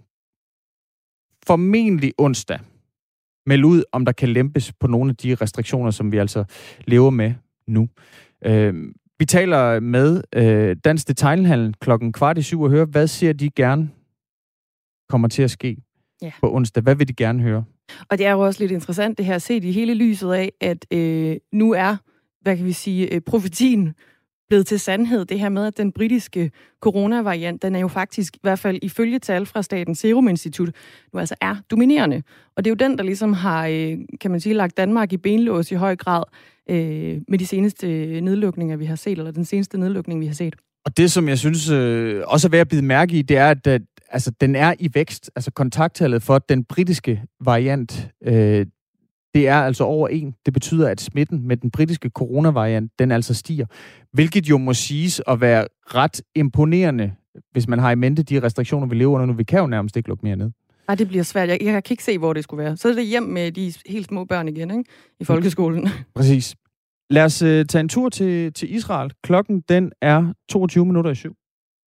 formentlig onsdag melde ud, om der kan lempes på nogle af de restriktioner, som vi altså lever med nu. Øh, vi taler med øh, Dansk Detailhandel klokken kvart i syv og hører, hvad siger de gerne kommer til at ske ja. på onsdag? Hvad vil de gerne høre? Og det er jo også lidt interessant det her, set i hele lyset af, at øh, nu er, hvad kan vi sige, øh, profetien blevet til sandhed. Det her med, at den britiske coronavariant, den er jo faktisk, i hvert fald ifølge tal fra Statens Serum Institut, nu altså er dominerende. Og det er jo den, der ligesom har, øh, kan man sige, lagt Danmark i benlås i høj grad øh, med de seneste nedlukninger, vi har set, eller den seneste nedlukning, vi har set. Og det, som jeg synes øh, også er værd at bide mærke i, det er, at, at altså, den er i vækst. Altså kontakttallet for den britiske variant, øh, det er altså over en. Det betyder, at smitten med den britiske coronavariant, den altså stiger. Hvilket jo må siges at være ret imponerende, hvis man har i mente de restriktioner, vi lever under nu. Vi kan jo nærmest ikke lukke mere ned. Nej, det bliver svært. Jeg, jeg kan ikke se, hvor det skulle være. Så er det hjem med de helt små børn igen, ikke? I folkeskolen. Præcis. Lad os uh, tage en tur til, til Israel. Klokken, den er toogtyve minutter i syv.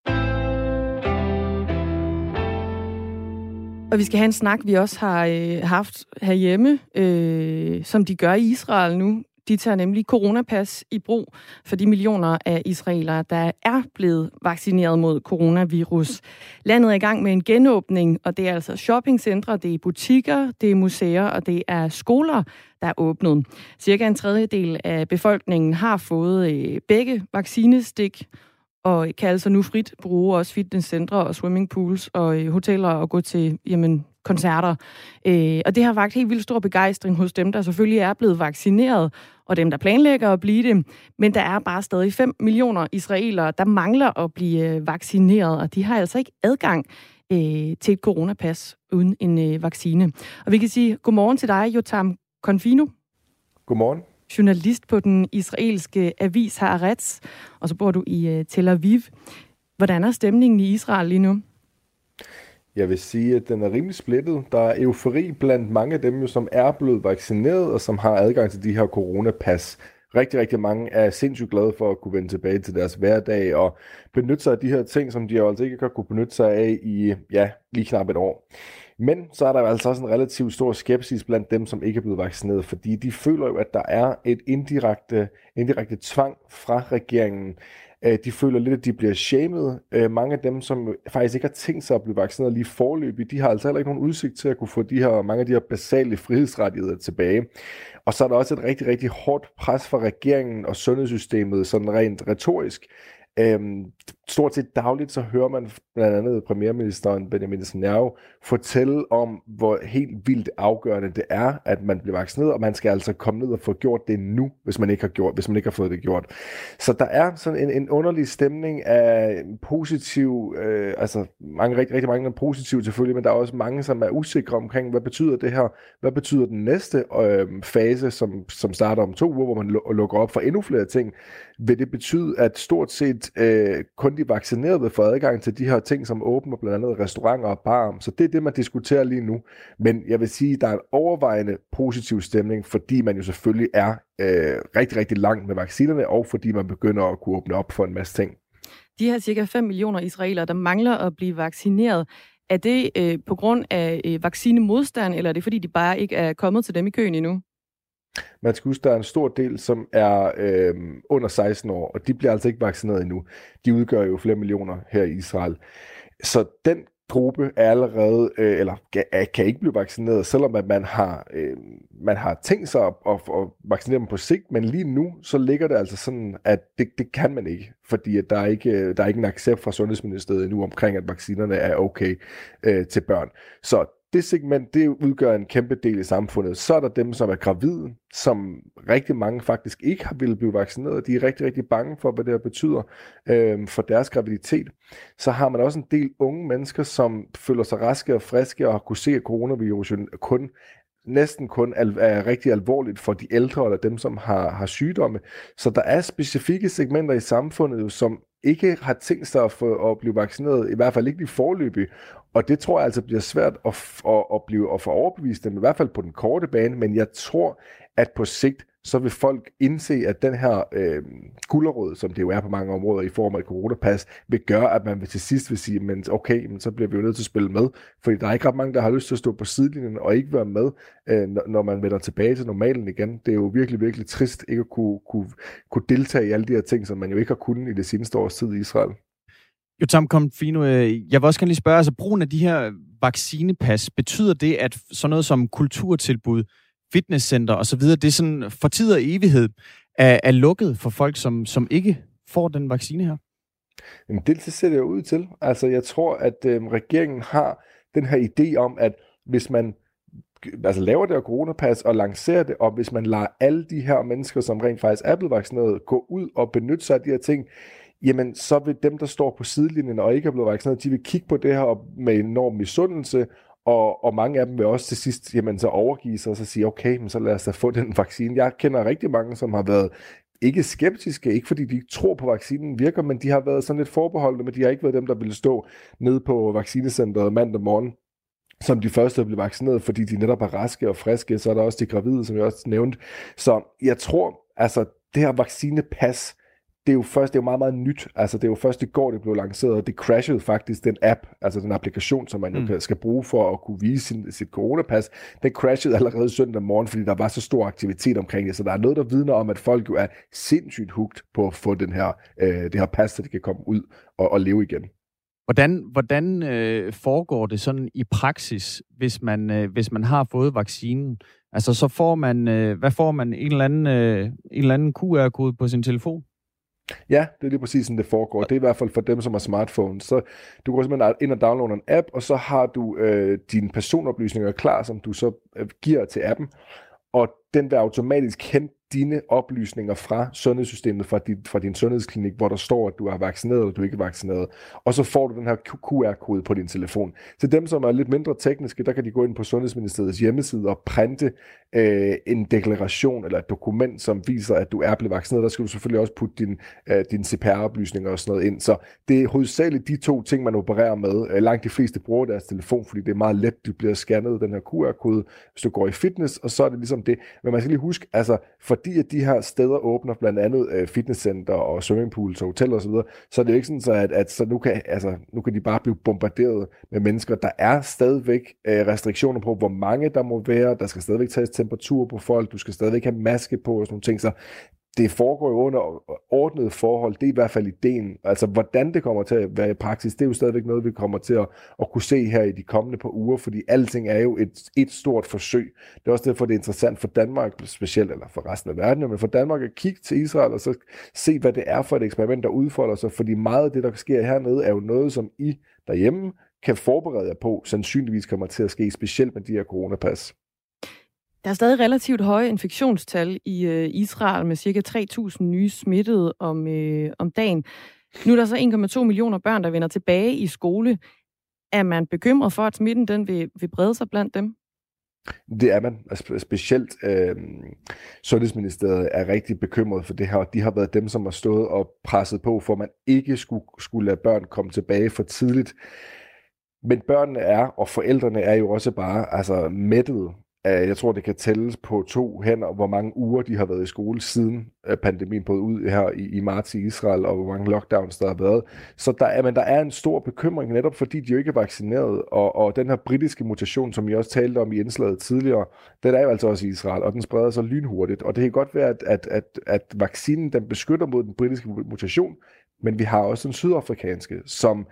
Og vi skal have en snak, vi også har øh, haft herhjemme, øh, som de gør i Israel nu. De tager nemlig coronapas i brug for de millioner af israelere, der er blevet vaccineret mod coronavirus. Landet er i gang med en genåbning, og det er altså shoppingcentre, det er butikker, det er museer og det er skoler, der er åbnet. Cirka en tredjedel af befolkningen har fået øh, begge vaccinestik, og kan altså nu frit bruge også fitnesscentre og swimmingpools og øh, hoteller og gå til jamen, koncerter. Øh, og det har vakt helt vildt stor begejstring hos dem, der selvfølgelig er blevet vaccineret, og dem, der planlægger at blive det. Men der er bare stadig fem millioner israelere, der mangler at blive øh, vaccineret, og de har altså ikke adgang øh, til et coronapas uden en øh, vaccine. Og vi kan sige godmorgen til dig, Yotam Confino. Godmorgen. Journalist på den israelske avis Haaretz, og så bor du i uh, Tel Aviv. Hvordan er stemningen i Israel lige nu? Jeg vil sige, at den er rimelig splittet. Der er eufori blandt mange af dem, som er blevet vaccineret, og som har adgang til de her coronapas Rigtig, rigtig mange er sindssygt glade for at kunne vende tilbage til deres hverdag og benytte sig af de her ting, som de jo altså ikke har kunne benytte sig af i, ja, lige knap et år. Men så er der jo altså også en relativt stor skepsis blandt dem, som ikke er blevet vaccineret, fordi de føler jo, at der er et indirekte, indirekte tvang fra regeringen. De føler lidt, at de bliver shamed. Mange af dem, som faktisk ikke har tænkt sig at blive vaccineret lige forløbig, de har altså heller ikke nogen udsigt til at kunne få de her, mange af de her basale frihedsrettigheder tilbage. Og så er der også et rigtig, rigtig hårdt pres fra regeringen og sundhedssystemet, sådan rent retorisk. Øhm, stort set dagligt så hører man blandt andet premierministeren Benjamin Netanyahu fortælle om, hvor helt vildt afgørende det er, at man bliver vaccineret, og man skal altså komme ned og få gjort det nu, hvis man ikke har gjort, hvis man ikke har fået det gjort. Så der er sådan en, en underlig stemning af positiv, øh, altså mange, rigtig, rigtig mange er positive selvfølgelig, men der er også mange, som er usikre omkring, hvad betyder det her, hvad betyder den næste øh, fase, som, som starter om to uger, hvor man lukker op for endnu flere ting. Vil det betyde, at stort set øh, kun de vaccinerede vil få adgang til de her ting, som åbner blandt andet restauranter og barer. Så det er det, man diskuterer lige nu. Men jeg vil sige, at der er en overvejende positiv stemning, fordi man jo selvfølgelig er øh, rigtig, rigtig langt med vaccinerne, og fordi man begynder at kunne åbne op for en masse ting. De her cirka fem millioner israelere, der mangler at blive vaccineret, er det øh, på grund af øh, vaccinemodstand, eller er det fordi, de bare ikke er kommet til dem i køen endnu? Man skal huske, der er en stor del, som er øh, under seksten år, og de bliver altså ikke vaccineret endnu. De udgør jo flere millioner her i Israel. Så den gruppe er allerede, øh, eller kan ikke blive vaccineret, selvom at man har, øh, man har tænkt sig at, at, at vaccinere dem på sigt, men lige nu, så ligger det altså sådan, at det, det kan man ikke, fordi at der, er ikke, der er ikke en accept fra Sundhedsministeriet endnu omkring, at vaccinerne er okay øh, til børn. Så det segment, det udgør en kæmpe del i samfundet. Så er der dem, som er gravide, som rigtig mange faktisk ikke har ville blive vaccineret. De er rigtig, rigtig bange for, hvad det her betyder øh, for deres graviditet. Så har man også en del unge mennesker, som føler sig raske og friske og har kunne se, at coronavirusen kun næsten kun er, er rigtig alvorligt for de ældre eller dem, som har, har sygdomme. Så der er specifikke segmenter i samfundet, som ikke har tænkt sig at, få, at blive vaccineret, i hvert fald ikke i forløbig. Og det tror jeg altså bliver svært at, at, at, blive, at få overbevist dem, i hvert fald på den korte bane, men jeg tror, at på sigt, så vil folk indse, at den her øh, gulerod, som det jo er på mange områder i form af et coronapas, vil gøre, at man vil til sidst vil sige, men okay, men så bliver vi jo nødt til at spille med, fordi der er ikke ret mange, der har lyst til at stå på sidelinjen og ikke være med, øh, når man vender tilbage til normalen igen. Det er jo virkelig, virkelig trist ikke at kunne, kunne, kunne deltage i alle de her ting, som man jo ikke har kunnet i det seneste års tid i Israel. Yotam Confino, jeg vil også gerne lige spørge, altså brugen af de her vaccinepas, betyder det, at sådan noget som kulturtilbud, fitnesscenter og så videre, det er sådan for tid og evighed er, er lukket for folk, som, som ikke får den vaccine her? Jamen, det ser det jo ud til. Altså, jeg tror, at øh, regeringen har den her idé om, at hvis man altså, laver det her coronapas og lancerer det, og hvis man lader alle de her mennesker, som rent faktisk er blevet vaccineret, gå ud og benytte sig af de her ting, jamen så vil dem, der står på sidelinjen og ikke er blevet vaccineret, de vil kigge på det her med enorm misundelse, og, og mange af dem vil også til sidst jamen, så overgive sig og så sige, okay, men så lad os da få den vaccine. Jeg kender rigtig mange, som har været ikke skeptiske, ikke fordi de ikke tror på, at vaccinen virker, men de har været sådan lidt forbeholdne, men de har ikke været dem, der ville stå nede på vaccinecenteret mandag morgen, som de første er blevet vaccineret, fordi de netop er raske og friske. Så er der også de gravide, som jeg også nævnte. Så jeg tror, altså det her vaccinepas, det er jo først, det er jo meget, meget nyt. Altså, det er jo først i går, det blev lanceret, og det crashede faktisk den app, altså den applikation, som man jo mm. skal bruge for at kunne vise sin, sit coronapas. Den crashede allerede søndag morgen, fordi der var så stor aktivitet omkring det. Så der er noget, der vidner om, at folk jo er sindssygt hooked på at få den her, øh, det her pas, så de kan komme ud og, og leve igen. Hvordan, hvordan øh, foregår det sådan i praksis, hvis man, øh, hvis man har fået vaccinen? Altså, så får man, øh, hvad får man? En eller anden, øh, en eller anden Q R-kode på sin telefon? Ja, det er lige præcis sådan, det foregår. Det er i hvert fald for dem, som har smartphone. Så du går simpelthen ind og downloader en app, og så har du øh, dine personoplysninger klar, som du så øh, giver til appen. Og den vil automatisk hente dine oplysninger fra sundhedssystemet, fra din, fra din sundhedsklinik, hvor der står, at du er vaccineret eller du ikke er vaccineret. Og så får du den her Q R-kode på din telefon. Til dem, som er lidt mindre tekniske, der kan de gå ind på Sundhedsministeriets hjemmeside og printe øh, en deklaration eller et dokument, som viser, at du er blevet vaccineret. Der skal du selvfølgelig også putte din, øh, dine C P R-oplysninger og sådan noget ind. Så det er hovedsageligt de to ting, man opererer med. Øh, langt de fleste bruger deres telefon, fordi det er meget let, du bliver scannet den her Q R-kode, hvis du går i fitness, og så er det ligesom det. Men man skal lige huske, altså, fordi at de her steder åbner, blandt andet øh, fitnesscenter og swimmingpools og hoteller osv., så er det jo ikke sådan, så at, at så nu, kan, altså, nu kan de bare blive bombarderet med mennesker. Der er stadigvæk øh, restriktioner på, hvor mange der må være. Der skal stadigvæk tages temperatur på folk. Du skal stadigvæk have maske på og sådan nogle ting. Så det foregår jo under ordnede forhold. Det er i hvert fald ideen. Altså, hvordan det kommer til at være i praksis, det er jo stadigvæk noget, vi kommer til at, at kunne se her i de kommende par uger, fordi alting er jo et, et stort forsøg. Det er også derfor, det er interessant for Danmark, specielt, eller for resten af verden, men for Danmark at kigge til Israel og så se, hvad det er for et eksperiment, der udfolder sig, fordi meget af det, der sker hernede, er jo noget, som I derhjemme kan forberede jer på, sandsynligvis kommer til at ske, specielt med de her coronapas. Der er stadig relativt høje infektionstal i øh, Israel med cirka tre tusind nye smittede om, øh, om dagen. Nu er der så en komma to millioner børn, der vender tilbage i skole. Er man bekymret for, at smitten den vil, vil brede sig blandt dem? Det er man. Specielt øh, Sundhedsministeriet er rigtig bekymret for det her. De har været dem, som har stået og presset på, for at man ikke skulle, skulle lade børn komme tilbage for tidligt. Men børnene er, og forældrene er jo også bare altså, mættede. Jeg tror, det kan tælles på to hænder, hvor mange uger de har været i skole siden pandemien brød ud her i, i marts i Israel, og hvor mange lockdowns der har været. Så der er, men der er en stor bekymring, netop fordi de jo ikke er vaccineret, og, og den her britiske mutation, som I også talte om i indslaget tidligere, den er jo altså også i Israel, og den spreder sig lynhurtigt. Og det kan godt være, at, at, at, at vaccinen den beskytter mod den britiske mutation, men vi har også den sydafrikanske, som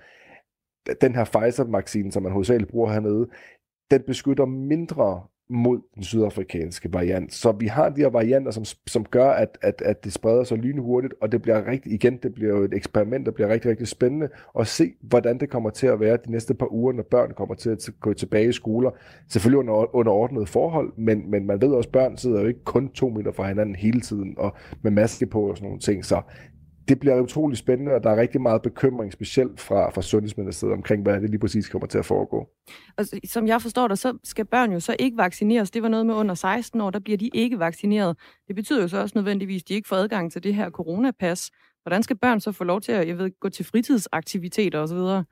den her Pfizer-vaccine, som man hovedsageligt bruger hernede, den beskytter mindre mod den sydafrikanske variant. Så vi har de her varianter, som, som gør, at, at, at det spreder sig lynhurtigt, og det bliver rigtig, igen, det bliver jo et eksperiment, der bliver rigtig, rigtig spændende at se, hvordan det kommer til at være de næste par uger, når børn kommer til at gå tilbage i skoler. Selvfølgelig under, under ordnede forhold, men, men man ved også, at børn sidder jo ikke kun to meter fra hinanden hele tiden, og med maske på og sådan nogle ting, så det bliver utrolig spændende, og der er rigtig meget bekymring, specielt fra, fra Sundhedsministeriet, omkring, hvad det lige præcis kommer til at foregå. Og som jeg forstår det, så skal børn jo så ikke vaccineres. Det var noget med under seksten år, der bliver de ikke vaccineret. Det betyder jo så også nødvendigvis, at de ikke får adgang til det her coronapas. Hvordan skal børn så få lov til at jeg ved, gå til fritidsaktiviteter osv.?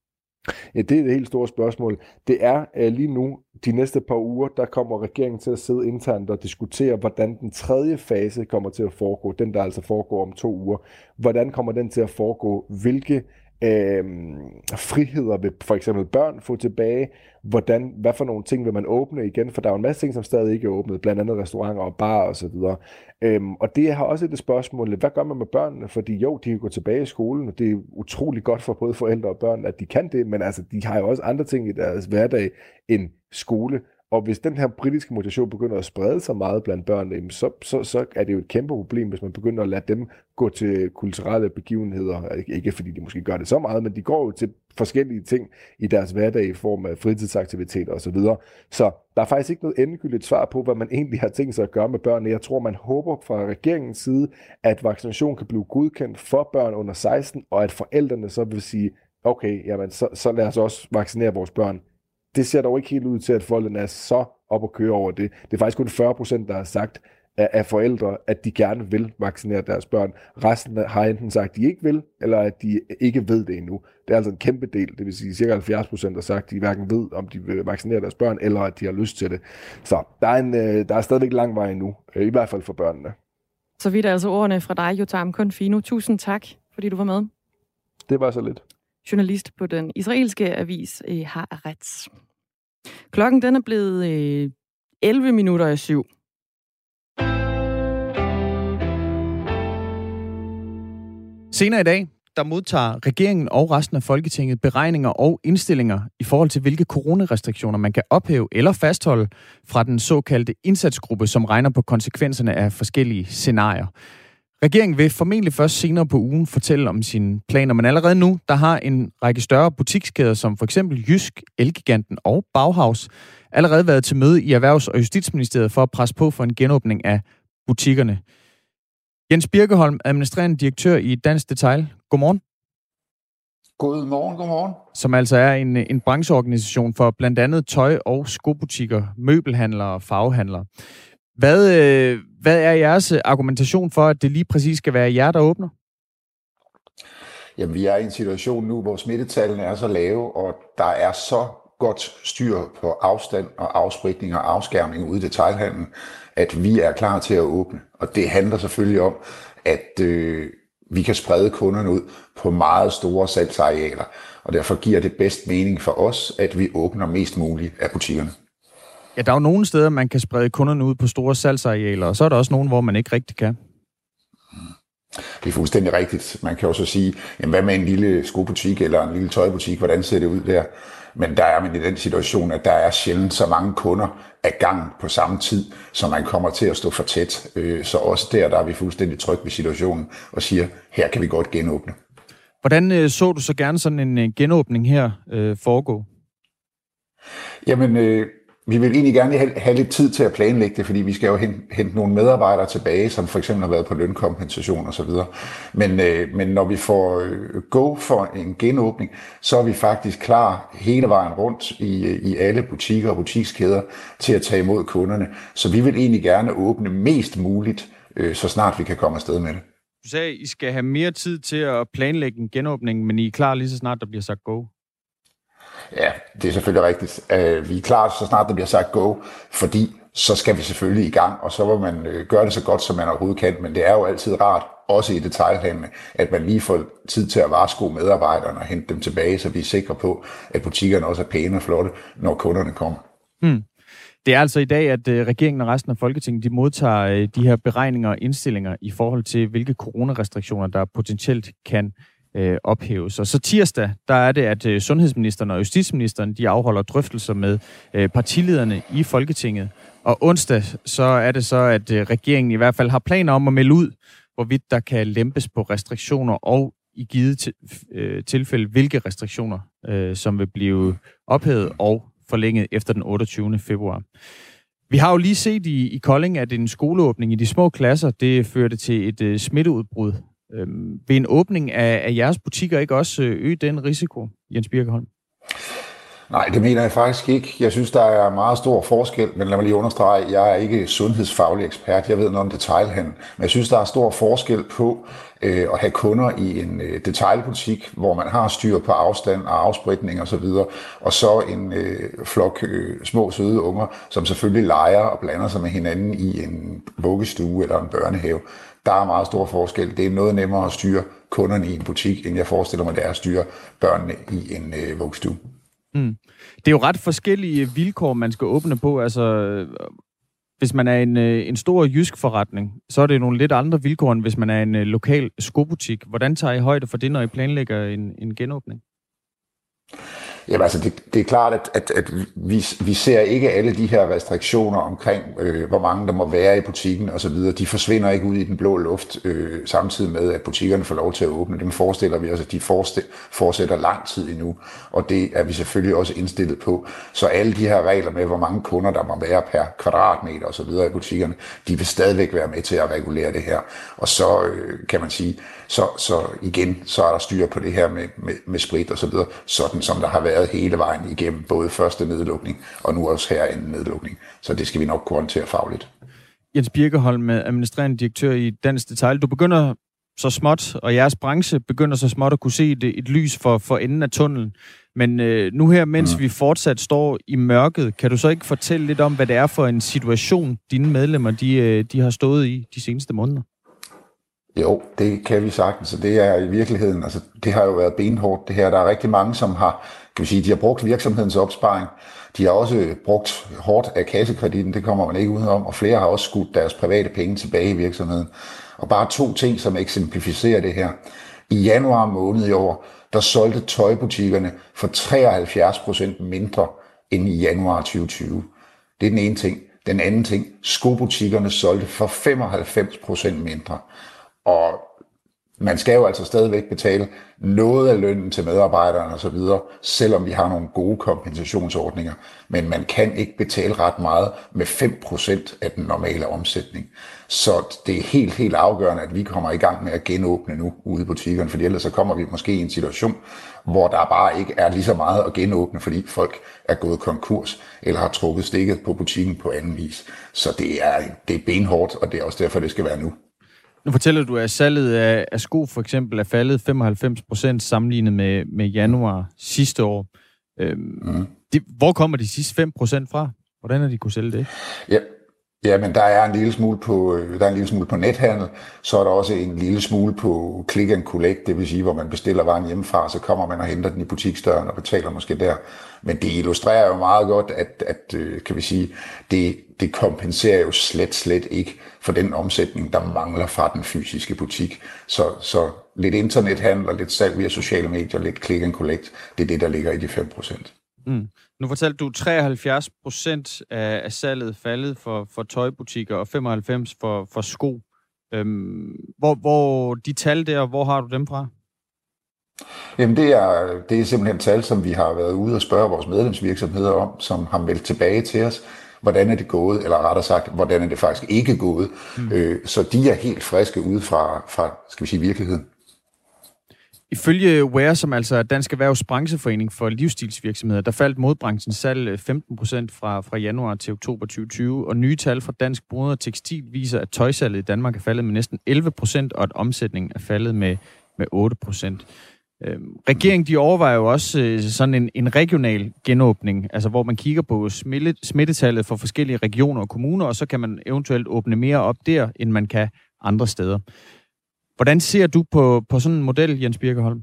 Ja, det er det helt store spørgsmål. Det er uh, lige nu, de næste par uger, der kommer regeringen til at sidde internt og diskutere, hvordan den tredje fase kommer til at foregå. Den, der altså foregår om to uger. Hvordan kommer den til at foregå? Hvilke øh, friheder vil for eksempel børn få tilbage? Hvordan, hvad for nogle ting vil man åbne igen? For der er jo en masse ting, som stadig ikke er åbnet, blandt andet restauranter og barer osv. Øhm, og det har også et spørgsmål, hvad gør man med børnene? Fordi jo, de kan gå tilbage i skolen, og det er utrolig godt for både forældre og børn, at de kan det, men altså, de har jo også andre ting i deres hverdag end skole. Og hvis den her britiske mutation begynder at sprede sig meget blandt børnene, så, så, så er det jo et kæmpe problem, hvis man begynder at lade dem gå til kulturelle begivenheder. Ikke fordi de måske gør det så meget, men de går jo til forskellige ting i deres hverdag i form af fritidsaktiviteter osv. Så der er faktisk ikke noget endegyldigt svar på, hvad man egentlig har tænkt sig at gøre med børnene. Jeg tror, man håber fra regeringens side, at vaccination kan blive godkendt for børn under seksten, og at forældrene så vil sige, okay, jamen, så, så lad os også vaccinere vores børn. Det ser dog ikke helt ud til, at forældrene er så op at køre over det. Det er faktisk kun fyrre procent, der har sagt af forældre, at de gerne vil vaccinere deres børn. Resten har enten sagt, at de ikke vil, eller at de ikke ved det endnu. Det er altså en kæmpe del, det vil sige cirka halvfjerds procent, der har sagt, at de hverken ved, om de vil vaccinere deres børn, eller at de har lyst til det. Så der er, en, der er stadigvæk lang vej endnu, i hvert fald for børnene. Så vidt altså ordene fra dig, Yotam Confino. Tusind tak, fordi du var med. Det var så lidt. Journalist på den israelske avis Haaretz. Klokken den er blevet øh, elleve minutter i syv. Senere i dag, der modtager regeringen og resten af Folketinget beregninger og indstillinger i forhold til, hvilke coronarestriktioner man kan ophæve eller fastholde fra den såkaldte indsatsgruppe, som regner på konsekvenserne af forskellige scenarier. Regeringen vil formentlig først senere på ugen fortælle om sine planer, men allerede nu, der har en række større butikskæder, som for eksempel Jysk, Elgiganten og Bauhaus, allerede været til møde i Erhvervs- og Justitsministeriet for at presse på for en genåbning af butikkerne. Jens Birkeholm, administrerende direktør i Dansk Detail. Godmorgen. Godmorgen, godmorgen. Som altså er en, en brancheorganisation for blandt andet tøj- og skobutikker, møbelhandlere og farvehandlere. Hvad, øh, hvad er jeres argumentation for, at det lige præcis skal være jer, der åbner? Jamen, vi er i en situation nu, hvor smittetallene er så lave, og der er så godt styr på afstand og afspritning og afskærmning ude i detailhandlen, at vi er klar til at åbne. Og det handler selvfølgelig om, at øh, vi kan sprede kunderne ud på meget store salgsarealer. Og derfor giver det bedst mening for os, at vi åbner mest muligt af butikkerne. Ja, der er jo nogle steder, man kan sprede kunderne ud på store salgsarealer, og så er der også nogle, hvor man ikke rigtig kan. Det er fuldstændig rigtigt. Man kan jo så sige, jamen, hvad med en lille skobutik eller en lille tøjbutik, hvordan ser det ud der? Men der er man i den situation, at der er sjældent så mange kunder af gang på samme tid, så man kommer til at stå for tæt. Så også der, der er vi fuldstændig trygge ved situationen og siger, her kan vi godt genåbne. Hvordan så du så gerne sådan en genåbning her øh, foregå? Jamen, øh, vi vil egentlig gerne have, have lidt tid til at planlægge det, fordi vi skal jo hente, hente nogle medarbejdere tilbage, som for eksempel har været på lønkompensation osv. Men, øh, men når vi får øh, go for en genåbning, så er vi faktisk klar hele vejen rundt i, i alle butikker og butikskæder til at tage imod kunderne. Så vi vil egentlig gerne åbne mest muligt, øh, så snart vi kan komme afsted med det. Du sagde, at I skal have mere tid til at planlægge en genåbning, men I er klar lige så snart, der bliver sagt go? Ja, det er selvfølgelig rigtigt. Vi er klar, så snart der bliver sagt go, fordi så skal vi selvfølgelig i gang, og så må man gøre det så godt, som man overhovedet kan. Men det er jo altid rart, også i detailhandlen, at man lige får tid til at varsko medarbejderne og hente dem tilbage, så vi er sikre på, at butikkerne også er pæne og flotte, når kunderne kommer. Hmm. Det er altså i dag, at regeringen og resten af Folketinget de modtager de her beregninger og indstillinger i forhold til, hvilke coronarestriktioner, der potentielt kan øh, ophæves. Og så tirsdag, der er det, at øh, sundhedsministeren og justitsministeren de afholder drøftelser med øh, partilederne i Folketinget. Og onsdag, så er det så, at øh, regeringen i hvert fald har planer om at melde ud, hvorvidt der kan lempes på restriktioner og i givet til, øh, tilfælde, hvilke restriktioner, øh, som vil blive ophævet og forlænget efter den otteogtyvende februar. Vi har jo lige set i, i Kolding, at en skoleåbning i de små klasser, det førte til et øh, smitteudbrud. Øhm, vil en åbning af, af jeres butikker ikke også øge den risiko, Jens Birkeholm? Nej, det mener jeg faktisk ikke. Jeg synes, der er meget stor forskel, men lad mig lige understrege, jeg er ikke sundhedsfaglig ekspert, jeg ved noget om detailhandel, men jeg synes, der er stor forskel på øh, at have kunder i en øh, detailbutik, hvor man har styr på afstand og afspritning osv., og, og så en øh, flok øh, små søde unger, som selvfølgelig leger og blander sig med hinanden i en vuggestue eller en børnehave. Der er meget stor forskel. Det er noget nemmere at styre kunderne i en butik, end jeg forestiller mig, det er at styre børnene i en øh, vuggestue. Mm. Det er jo ret forskellige vilkår, man skal åbne på. Altså, hvis man er en, en stor jysk forretning, så er det nogle lidt andre vilkår, end hvis man er en lokal skobutik. Hvordan tager I højde for det, når I planlægger en, en genåbning? Jamen altså, det, det er klart, at, at, at vi, vi ser ikke alle de her restriktioner omkring, øh, hvor mange der må være i butikken osv. De forsvinder ikke ud i den blå luft, øh, samtidig med, at butikkerne får lov til at åbne. Dem forestiller vi os, at de fortsætter lang tid endnu, og det er vi selvfølgelig også indstillet på. Så alle de her regler med, hvor mange kunder der må være per kvadratmeter osv. i butikkerne, de vil stadigvæk være med til at regulere det her. Og så øh, kan man sige, så, så igen, så er der styr på det her med, med, med sprit osv., så sådan som der har været hele vejen igennem, både første nedlukning og nu også her anden nedlukning. Så det skal vi nok kunne håndtere fagligt. Jens Birkeholm, administrerende direktør i Dansk Detail. Du begynder så småt, og jeres branche begynder så småt at kunne se et, et lys for, for enden af tunnelen. Men øh, nu her, mens mm. vi fortsat står i mørket, kan du så ikke fortælle lidt om, hvad det er for en situation, dine medlemmer de, de har stået i de seneste måneder? Jo, det kan vi sagtens, så det er i virkeligheden, altså det har jo været benhårdt det her. Der er rigtig mange, som har, kan vi sige, de har brugt virksomhedens opsparing. De har også brugt hårdt af kassekreditten, det kommer man ikke udenom, og flere har også skudt deres private penge tilbage i virksomheden. Og bare to ting, som eksemplificerer det her. I januar måned i år, der solgte tøjbutikkerne for treoghalvfjerds procent mindre end i januar tyve tyve. Det er den ene ting. Den anden ting, skobutikkerne solgte for femoghalvfems procent mindre. Og man skal jo altså stadigvæk betale noget af lønnen til medarbejderne og så videre, selvom vi har nogle gode kompensationsordninger. Men man kan ikke betale ret meget med fem procent af den normale omsætning. Så det er helt, helt afgørende, at vi kommer i gang med at genåbne nu ude i butikkerne, for ellers så kommer vi måske i en situation, hvor der bare ikke er lige så meget at genåbne, fordi folk er gået konkurs eller har trukket stikket på butikken på anden vis. Så det er, det er benhårdt, og det er også derfor, det skal være nu. Nu fortæller du, at salget af, af sko for eksempel er faldet femoghalvfems procent sammenlignet med, med januar sidste år. Øhm, mm. det, hvor kommer de sidste fem procent fra? Hvordan er de kunne sælge det? Ja. Ja, men der er en lille smule på der er en lille smule på nethandel, så er der også en lille smule på click and collect, det vil sige, hvor man bestiller varen hjemmefra, så kommer man og henter den i butiksdøren og betaler måske der. Men det illustrerer jo meget godt, at, at kan vi sige, det, det kompenserer jo slet, slet ikke for den omsætning, der mangler fra den fysiske butik. Så, så lidt internethandel og lidt salg via sociale medier, lidt click and collect, det er det, der ligger i de fem procent. Mm. Nu fortalte du, treoghalvfjerds procent af, af salget faldet for, for tøjbutikker og femoghalvfems for, for sko. Øhm, hvor, hvor de tal der, hvor har du dem fra? Jamen det er, det er simpelthen tal, som vi har været ude og spørge vores medlemsvirksomheder om, som har meldt tilbage til os, hvordan er det gået, eller rettere sagt, hvordan er det faktisk ikke gået. Mm. Øh, så de er helt friske ude fra, fra, skal vi sige, virkeligheden. Ifølge W E A R, som altså er Dansk Erhvervs brancheforening for livsstilsvirksomheder, der faldt modbranchens salg femten procent fra, fra januar til oktober tyve tyve, og nye tal fra Dansk Brud og Tekstil viser, at tøjsalget i Danmark er faldet med næsten elleve procent, og at omsætningen er faldet med, med otte procent. Øhm, regeringen de overvejer jo også øh, sådan en, en regional genåbning, altså hvor man kigger på smitte, smittetallet for forskellige regioner og kommuner, og så kan man eventuelt åbne mere op der, end man kan andre steder. Hvordan ser du på, på sådan en model, Jens Birkeholm?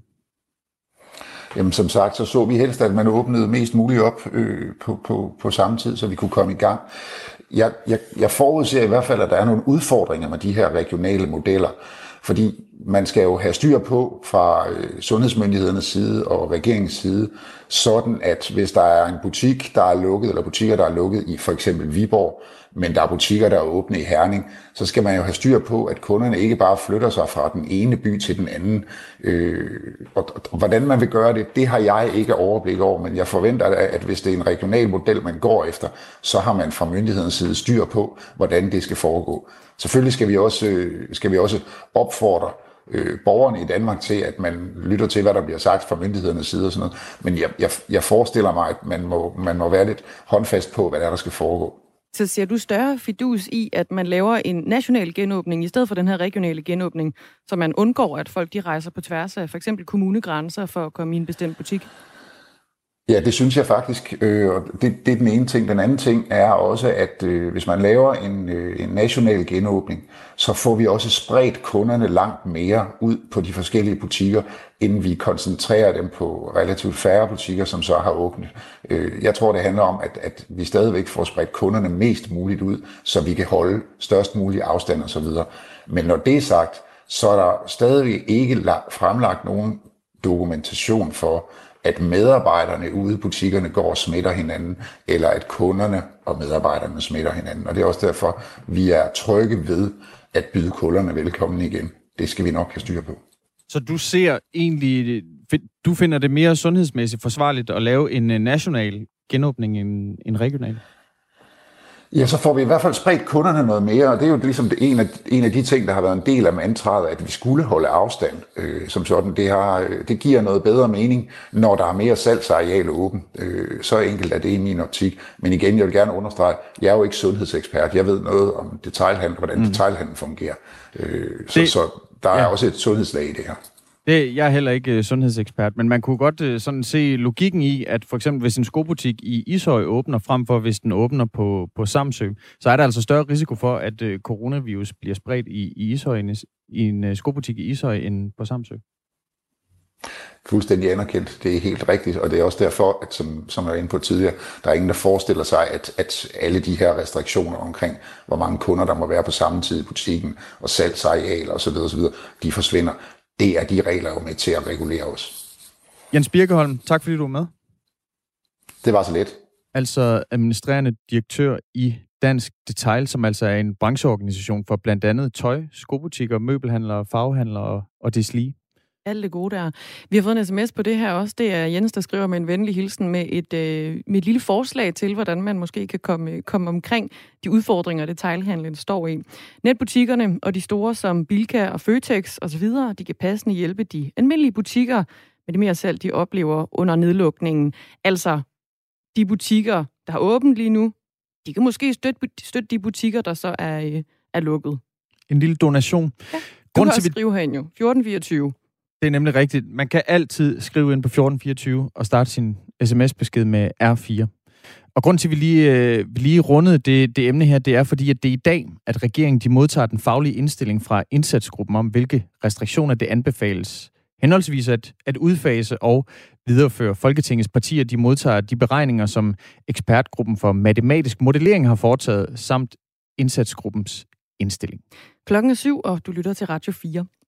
Jamen som sagt, så så vi helst, at man åbnede mest muligt op øh, på, på, på samme tid, så vi kunne komme i gang. Jeg, jeg, jeg forudser i hvert fald, at der er nogle udfordringer med de her regionale modeller, fordi man skal jo have styr på fra øh, sundhedsmyndighedernes side og regeringens side, sådan at hvis der er en butik, der er lukket, eller butikker, der er lukket i for eksempel Viborg, men der er butikker, der er åbne i Herning, så skal man jo have styr på, at kunderne ikke bare flytter sig fra den ene by til den anden. Øh, og, og hvordan man vil gøre det, det har jeg ikke overblik over, men jeg forventer, at hvis det er en regional model, man går efter, så har man fra myndighedens side styr på, hvordan det skal foregå. Selvfølgelig skal vi også, skal vi også opfordre øh, borgerne i Danmark til, at man lytter til, hvad der bliver sagt fra myndighedernes side og sådan noget. Men jeg, jeg, jeg forestiller mig, at man må, man må være lidt håndfast på, hvad der, der skal foregå. Så ser du større fidus i, at man laver en national genåbning, i stedet for den her regionale genåbning, så man undgår, at folk de rejser på tværs af for eksempel kommunegrænser for at komme i en bestemt butik? Ja, det synes jeg faktisk. Øh, og det, det er den ene ting. Den anden ting er også, at øh, hvis man laver en, øh, en national genåbning, så får vi også spredt kunderne langt mere ud på de forskellige butikker, inden vi koncentrerer dem på relativt færre butikker, som så har åbnet. Øh, jeg tror, det handler om, at, at vi stadigvæk får spredt kunderne mest muligt ud, så vi kan holde størst mulig afstand osv. Men når det er sagt, så er der stadigvæk ikke fremlagt nogen dokumentation for, at medarbejderne ude i butikkerne går og smitter hinanden, eller at kunderne og medarbejderne smitter hinanden. Og det er også derfor, vi er trygge ved at byde kunderne velkommen igen. Det skal vi nok have styr på. Så du ser egentlig, du finder det mere sundhedsmæssigt forsvarligt at lave en national genåbning end en regional? Ja, så får vi i hvert fald spredt kunderne noget mere, og det er jo ligesom en af, en af de ting, der har været en del af mantraet, at vi skulle holde afstand øh, som sådan. Det, har, det giver noget bedre mening, når der er mere salgsareal åben. Øh, så enkelt er det i min optik. Men igen, jeg vil gerne understrege, jeg er jo ikke sundhedsekspert. Jeg ved noget om detailhandel, hvordan mm. detailhandel fungerer. Øh, så, det, så der er ja. også et sundhedslag i det her. Det, jeg er heller ikke uh, sundhedsekspert, men man kunne godt uh, sådan se logikken i, at for eksempel hvis en skobutik i Ishøj åbner frem for, hvis den åbner på, på Samsø, så er der altså større risiko for, at uh, coronavirus bliver spredt i, i, Ishøj, i en uh, skobutik i Ishøj end på Samsø. Fuldstændig anerkendt. Det er helt rigtigt, og det er også derfor, at som, som jeg var inde på tidligere, der er ingen, der forestiller sig, at, at alle de her restriktioner omkring, hvor mange kunder der må være på samme tid i butikken, og salgsarealer osv., osv., de forsvinder. Det er de regler jo med til at regulere os. Jens Birkeholm, tak fordi du var med. Det var så let. Altså administrerende direktør i Dansk Detail, som altså er en brancheorganisation for blandt andet tøj, skobutikker, møbelhandlere, farvehandlere og deslige. Alt det gode der. Vi har fået en sms på det her også. Det er Jens, der skriver med en venlig hilsen med et, øh, med et lille forslag til, hvordan man måske kan komme, komme omkring de udfordringer, detailhandlen står i. Netbutikkerne og de store som Bilka og Føtex osv., de kan passende hjælpe de almindelige butikker med det mere salg, de oplever under nedlukningen. Altså, de butikker, der har åbent lige nu, de kan måske støtte, støtte de butikker, der så er, øh, er lukket. En lille donation. Ja, du kan også skrive herinde jo. fjorten fireogtyve. Det er nemlig rigtigt. Man kan altid skrive ind på fjorten fireogtyve og starte sin sms-besked med R fire. Og grund til, at vi lige, øh, vi lige rundede det, det emne her, det er fordi, at det er i dag, at regeringen de modtager den faglige indstilling fra indsatsgruppen om, hvilke restriktioner det anbefales henholdsvis at, at udfase og videreføre. Folketingets partier de modtager de beregninger, som ekspertgruppen for matematisk modellering har foretaget, samt indsatsgruppens indstilling. Klokken er syv, og du lytter til Radio fire.